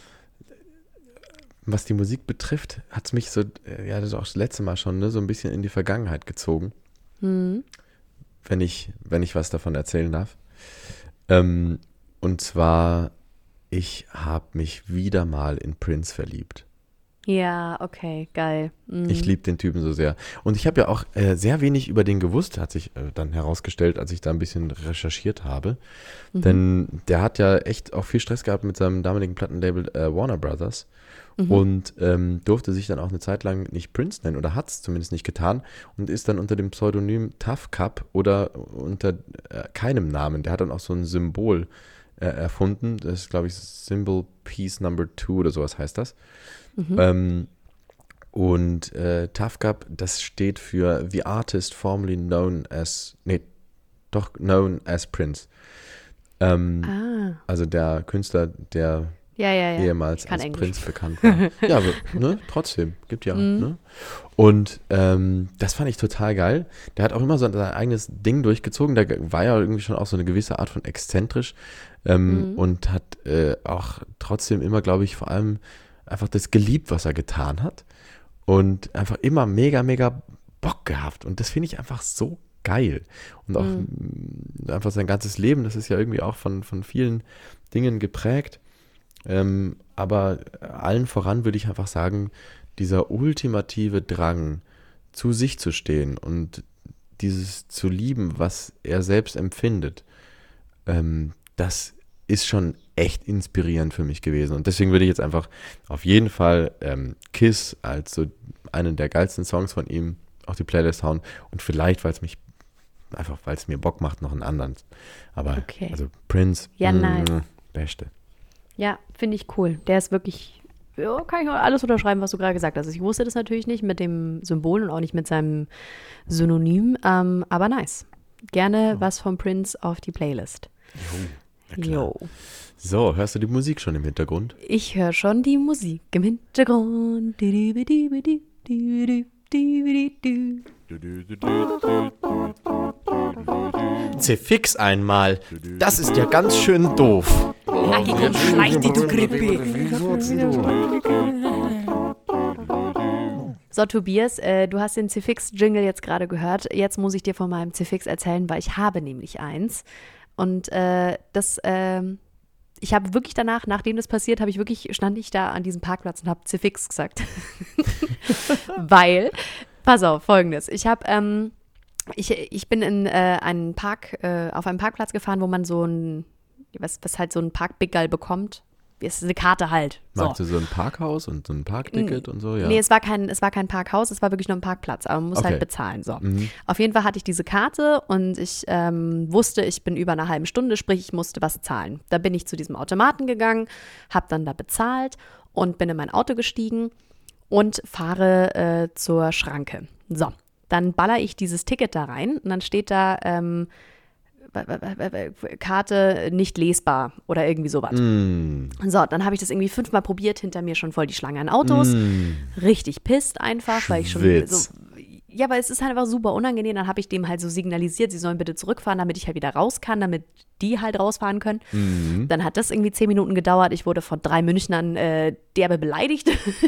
was die Musik betrifft, hat es mich so, äh, ja, das ist auch das letzte Mal schon, ne, so ein bisschen in die Vergangenheit gezogen, Mhm. wenn ich, wenn ich was davon erzählen darf. Ähm, und zwar, ich habe mich wieder mal in Prince verliebt. Ja, okay, geil. Mhm. Ich liebe den Typen so sehr. Und ich habe ja auch äh, sehr wenig über den gewusst, hat sich äh, dann herausgestellt, als ich da ein bisschen recherchiert habe. Mhm. Denn der hat ja echt auch viel Stress gehabt mit seinem damaligen Plattenlabel äh, Warner Brothers. Mhm. Und ähm, durfte sich dann auch eine Zeit lang nicht Prince nennen oder hat es zumindest nicht getan und ist dann unter dem Pseudonym Tough Cup oder unter äh, keinem Namen. Der hat dann auch so ein Symbol äh, erfunden. Das ist, glaube ich, Symbol Piece Number Two oder sowas heißt das. Mhm. Ähm, und äh, Tough Cup, das steht für The Artist formerly known as, nee, doch known as Prince. Ähm, Ah, Also der Künstler, der ja, ja, ja. ehemals Ich kann als Englisch. Prinz bekannt war. Ja, aber, ne, trotzdem, gibt ja. Mhm. Ne? Und ähm, das fand ich total geil. Der hat auch immer so sein eigenes Ding durchgezogen. Da war ja irgendwie schon auch so eine gewisse Art von exzentrisch ähm, Mhm. und hat äh, auch trotzdem immer, glaube ich, vor allem einfach das geliebt, was er getan hat. Und einfach immer mega, mega Bock gehabt. Und das finde ich einfach so geil. Und auch Mhm. mh, einfach sein ganzes Leben, das ist ja irgendwie auch von, von vielen Dingen geprägt. Ähm, aber allen voran würde ich einfach sagen, dieser ultimative Drang, zu sich zu stehen und dieses zu lieben, was er selbst empfindet, ähm, das ist schon echt inspirierend für mich gewesen. Und deswegen würde ich jetzt einfach auf jeden Fall ähm, Kiss als so einen der geilsten Songs von ihm auf die Playlist hauen. Und vielleicht, weil es mich, einfach weil es mir Bock macht, noch einen anderen. Aber Okay. also Prince, Ja, mm, nice. Beste. Ja, finde ich cool. Der ist wirklich, ja, kann ich auch alles unterschreiben, was du gerade gesagt hast. Ich wusste das natürlich nicht mit dem Symbol und auch nicht mit seinem Synonym, ähm, aber nice. Gerne was von Prince auf die Playlist. Ja, klar. Jo. So, hörst du die Musik schon im Hintergrund? Ich höre schon die Musik im Hintergrund. Zerfix einmal. Das ist ja ganz schön doof. Schleich die, du Grippe. So, Tobias, äh, du hast den Cefix-Jingle jetzt gerade gehört. Jetzt muss ich dir von meinem Cefix erzählen, weil ich habe nämlich eins. Und äh, das, ähm, ich habe wirklich danach, nachdem das passiert, habe ich wirklich, stand ich da an diesem Parkplatz und habe Cefix gesagt. Weil, pass auf, Folgendes. Ich habe, ähm, ich, ich bin in äh, einen Park, äh, auf einen Parkplatz gefahren, wo man so ein, was, was halt so ein Parkbiggal bekommt. Es ist eine Karte halt. So. Magst du so ein Parkhaus und so ein Parkticket und so? Ja. Nee, es war kein, es war kein Parkhaus, es war wirklich nur ein Parkplatz, aber man muss Okay. halt bezahlen. So. Mhm. Auf jeden Fall hatte ich diese Karte und ich ähm, wusste, ich bin über eine halbe Stunde, sprich, ich musste was zahlen. Da bin ich zu diesem Automaten gegangen, habe dann da bezahlt und bin in mein Auto gestiegen und fahre äh, zur Schranke. So, dann baller ich dieses Ticket da rein und dann steht da ähm, Karte nicht lesbar oder irgendwie sowas. Mm. So, dann habe ich das irgendwie fünfmal probiert, hinter mir schon voll die Schlange an Autos. Mm. Richtig pisst einfach, weil ich schon Schwitz. so. Ja, aber es ist halt einfach super unangenehm. Dann habe ich dem halt so signalisiert, sie sollen bitte zurückfahren, damit ich halt wieder raus kann, damit die halt rausfahren können. Mhm. Dann hat das irgendwie zehn Minuten gedauert. Ich wurde von drei Münchnern äh, derbe beleidigt,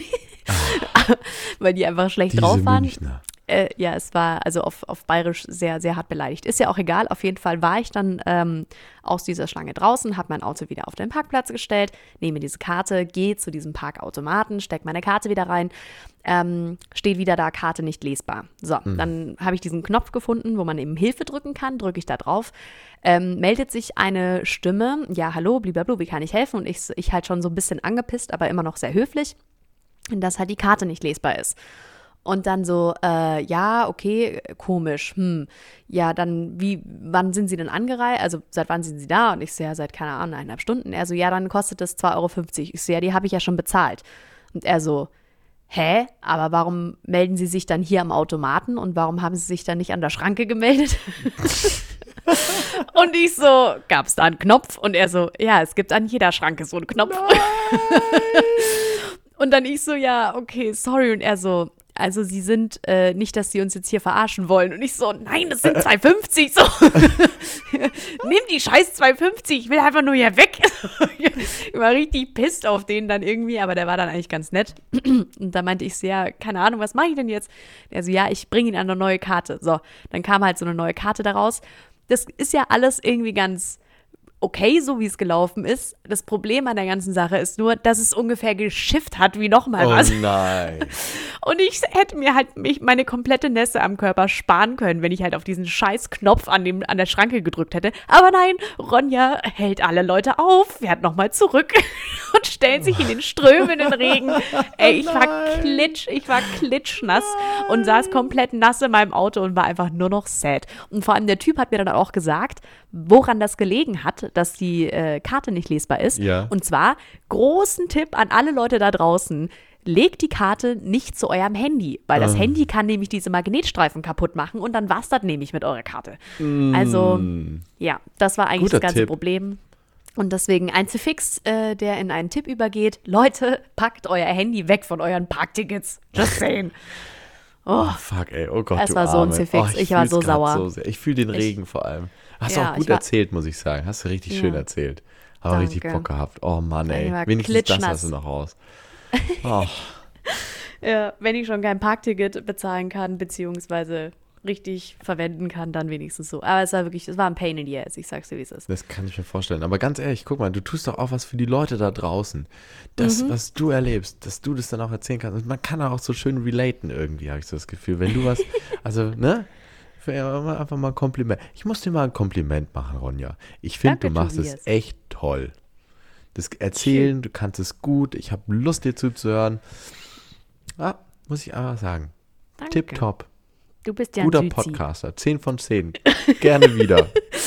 weil die einfach schlecht Diese drauf waren. Münchner. Äh, ja, es war also auf, auf Bayerisch sehr, sehr hart beleidigt. Ist ja auch egal. Auf jeden Fall war ich dann ähm, aus dieser Schlange draußen, habe mein Auto wieder auf den Parkplatz gestellt, nehme diese Karte, gehe zu diesem Parkautomaten, stecke meine Karte wieder rein, ähm, steht wieder da, Karte nicht lesbar. So, Mhm. dann habe ich diesen Knopf gefunden, wo man eben Hilfe drücken kann, drücke ich da drauf, ähm, meldet sich eine Stimme, ja, hallo, blablabla, wie kann ich helfen? Und ich, ich halt schon so ein bisschen angepisst, aber immer noch sehr höflich, dass halt die Karte nicht lesbar ist. Und dann so, äh, ja, okay, komisch. Hm, ja, dann, wie, wann sind Sie denn angereist? Also, seit wann sind Sie da? Und ich so, ja, seit, keine Ahnung, eineinhalb Stunden. Er so, ja, dann kostet das zwei Euro fünfzig. Ich so, ja, die habe ich ja schon bezahlt. Und er so, hä? Aber warum melden Sie sich dann hier am Automaten und warum haben Sie sich dann nicht an der Schranke gemeldet? Und ich so, gab es da einen Knopf? Und er so, ja, es gibt an jeder Schranke so einen Knopf. Und dann ich so, ja, okay, sorry. Und er so, also Sie sind, äh, nicht, dass Sie uns jetzt hier verarschen wollen. Und ich so, nein, das sind zwei fünfzig. So, nimm die scheiß zwei fünfzig, ich will einfach nur hier weg. Ich war richtig pisst auf den dann irgendwie, aber der war dann eigentlich ganz nett. Und da meinte ich so, ja, keine Ahnung, was mache ich denn jetzt? Er so, ja, ich bringe Ihnen eine neue Karte. So, dann kam halt so eine neue Karte daraus. Das ist ja alles irgendwie ganz okay, so wie es gelaufen ist. Das Problem an der ganzen Sache ist nur, dass es ungefähr geschifft hat wie nochmal was. Oh nein. Und ich hätte mir halt mich meine komplette Nässe am Körper sparen können, wenn ich halt auf diesen scheiß Knopf an, dem, an der Schranke gedrückt hätte. Aber nein, Ronja hält alle Leute auf, fährt nochmal zurück und stellt sich in den strömenden Regen. Ey, ich war klitsch, ich war klitschnass und saß komplett nass in meinem Auto und war einfach nur noch sad. Und vor allem der Typ hat mir dann auch gesagt, woran das gelegen hat, dass die äh, Karte nicht lesbar ist. Ja. Und zwar, großen Tipp an alle Leute da draußen, legt die Karte nicht zu eurem Handy, weil das Ah. Handy kann nämlich diese Magnetstreifen kaputt machen und dann war's das nämlich mit eurer Karte. Also, ja, das war eigentlich Guter das ganze Tipp. Problem. Und deswegen ein Fix, äh, der in einen Tipp übergeht. Leute, packt euer Handy weg von euren Parktickets. Just saying. Oh, Fuck, ey, oh Gott, Es du war so ein Arme. Zifix. Oh, Ich war fühl's so grad sauer. So sehr. Ich fühle den Ich- Regen vor allem. Hast du Ja, auch gut ich war- erzählt, muss ich sagen. Hast du richtig Ja. schön erzählt. Habe richtig Danke. Bock gehabt. Oh Mann, ey. Ich war Wenigstens das klitschnass. hast du noch raus. Oh, ja, wenn ich schon kein Parkticket bezahlen kann, beziehungsweise richtig verwenden kann, dann wenigstens so. Aber es war wirklich, es war ein Pain in the ass. Ich sag's dir, wie es ist. das kann ich mir vorstellen. Aber ganz ehrlich, guck mal, du tust doch auch was für die Leute da draußen. Das, Mhm. was du erlebst, dass du das dann auch erzählen kannst. Und man kann auch so schön relaten irgendwie, habe ich so das Gefühl. Wenn du was, also, ne? Einfach mal ein Kompliment. Ich muss dir mal ein Kompliment machen, Ronja. Ich finde, du Danke, machst Tobias. es echt toll. Das Erzählen, du kannst es gut. Ich habe Lust, dir zuzuhören. Ah, muss ich einfach sagen. Danke. Tipptopp. Du bist ja ein Guter Süzi. Podcaster. zehn von zehn. Gerne wieder.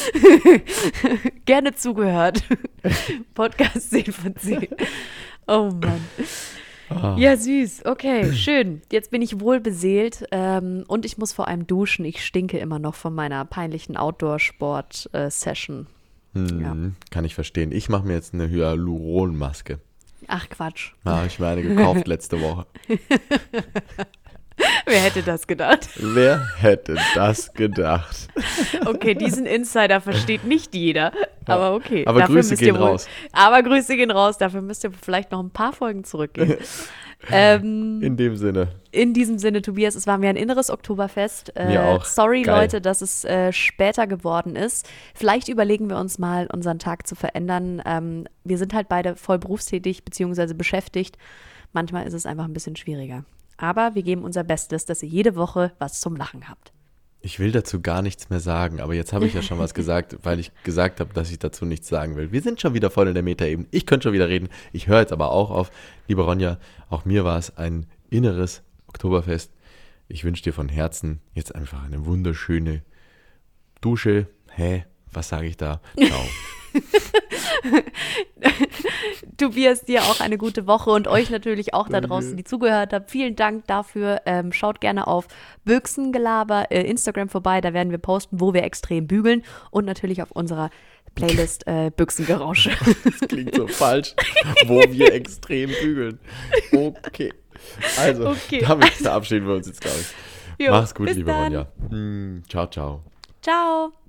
Gerne zugehört. Podcast zehn von zehn. Oh Mann. Ah. Ja, süß. Okay, schön. Jetzt bin ich wohl beseelt ähm, und ich muss vor allem duschen. Ich stinke immer noch von meiner peinlichen Outdoor-Sport-Session. Hm, Ja. Kann ich verstehen. Ich mache mir jetzt eine Hyaluronmaske. Ach, Quatsch. Da habe ich mir eine gekauft letzte Woche. Wer hätte das gedacht? Wer hätte das gedacht? Okay, diesen Insider versteht nicht jeder. Aber okay. Aber dafür Grüße müsst gehen ihr wohl, raus. Aber Grüße gehen raus. Dafür müsst ihr vielleicht noch ein paar Folgen zurückgehen. ähm, In dem Sinne. in diesem Sinne, Tobias, es war mir ein inneres Oktoberfest. Äh, Mir auch. Sorry, Geil. Leute, dass es äh, später geworden ist. Vielleicht überlegen wir uns mal, unseren Tag zu verändern. Ähm, wir sind halt beide voll berufstätig bzw. beschäftigt. Manchmal ist es einfach ein bisschen schwieriger. Aber wir geben unser Bestes, dass ihr jede Woche was zum Lachen habt. Ich will dazu gar nichts mehr sagen, aber jetzt habe ich ja schon was gesagt, weil ich gesagt habe, dass ich dazu nichts sagen will. Wir sind schon wieder voll in der Metaebene. Ich könnte schon wieder reden. Ich höre jetzt aber auch auf. Liebe Ronja, auch mir war es ein inneres Oktoberfest. Ich wünsche dir von Herzen jetzt einfach eine wunderschöne Dusche. Hä? Was sage ich da? Ciao. Tobias, dir auch eine gute Woche und euch natürlich auch da draußen, die zugehört habt. Vielen Dank dafür. Ähm, schaut gerne auf Büchsengelaber äh, Instagram vorbei. Da werden wir posten, wo wir extrem bügeln und natürlich auf unserer Playlist äh, Büchsengerausche. Das klingt so falsch, wo wir extrem bügeln. Okay. Also, Okay. damit verabschieden wir uns jetzt, glaube ich. Jo, Mach's gut, bis liebe dann. Ronja. Hm, ciao, ciao. Ciao.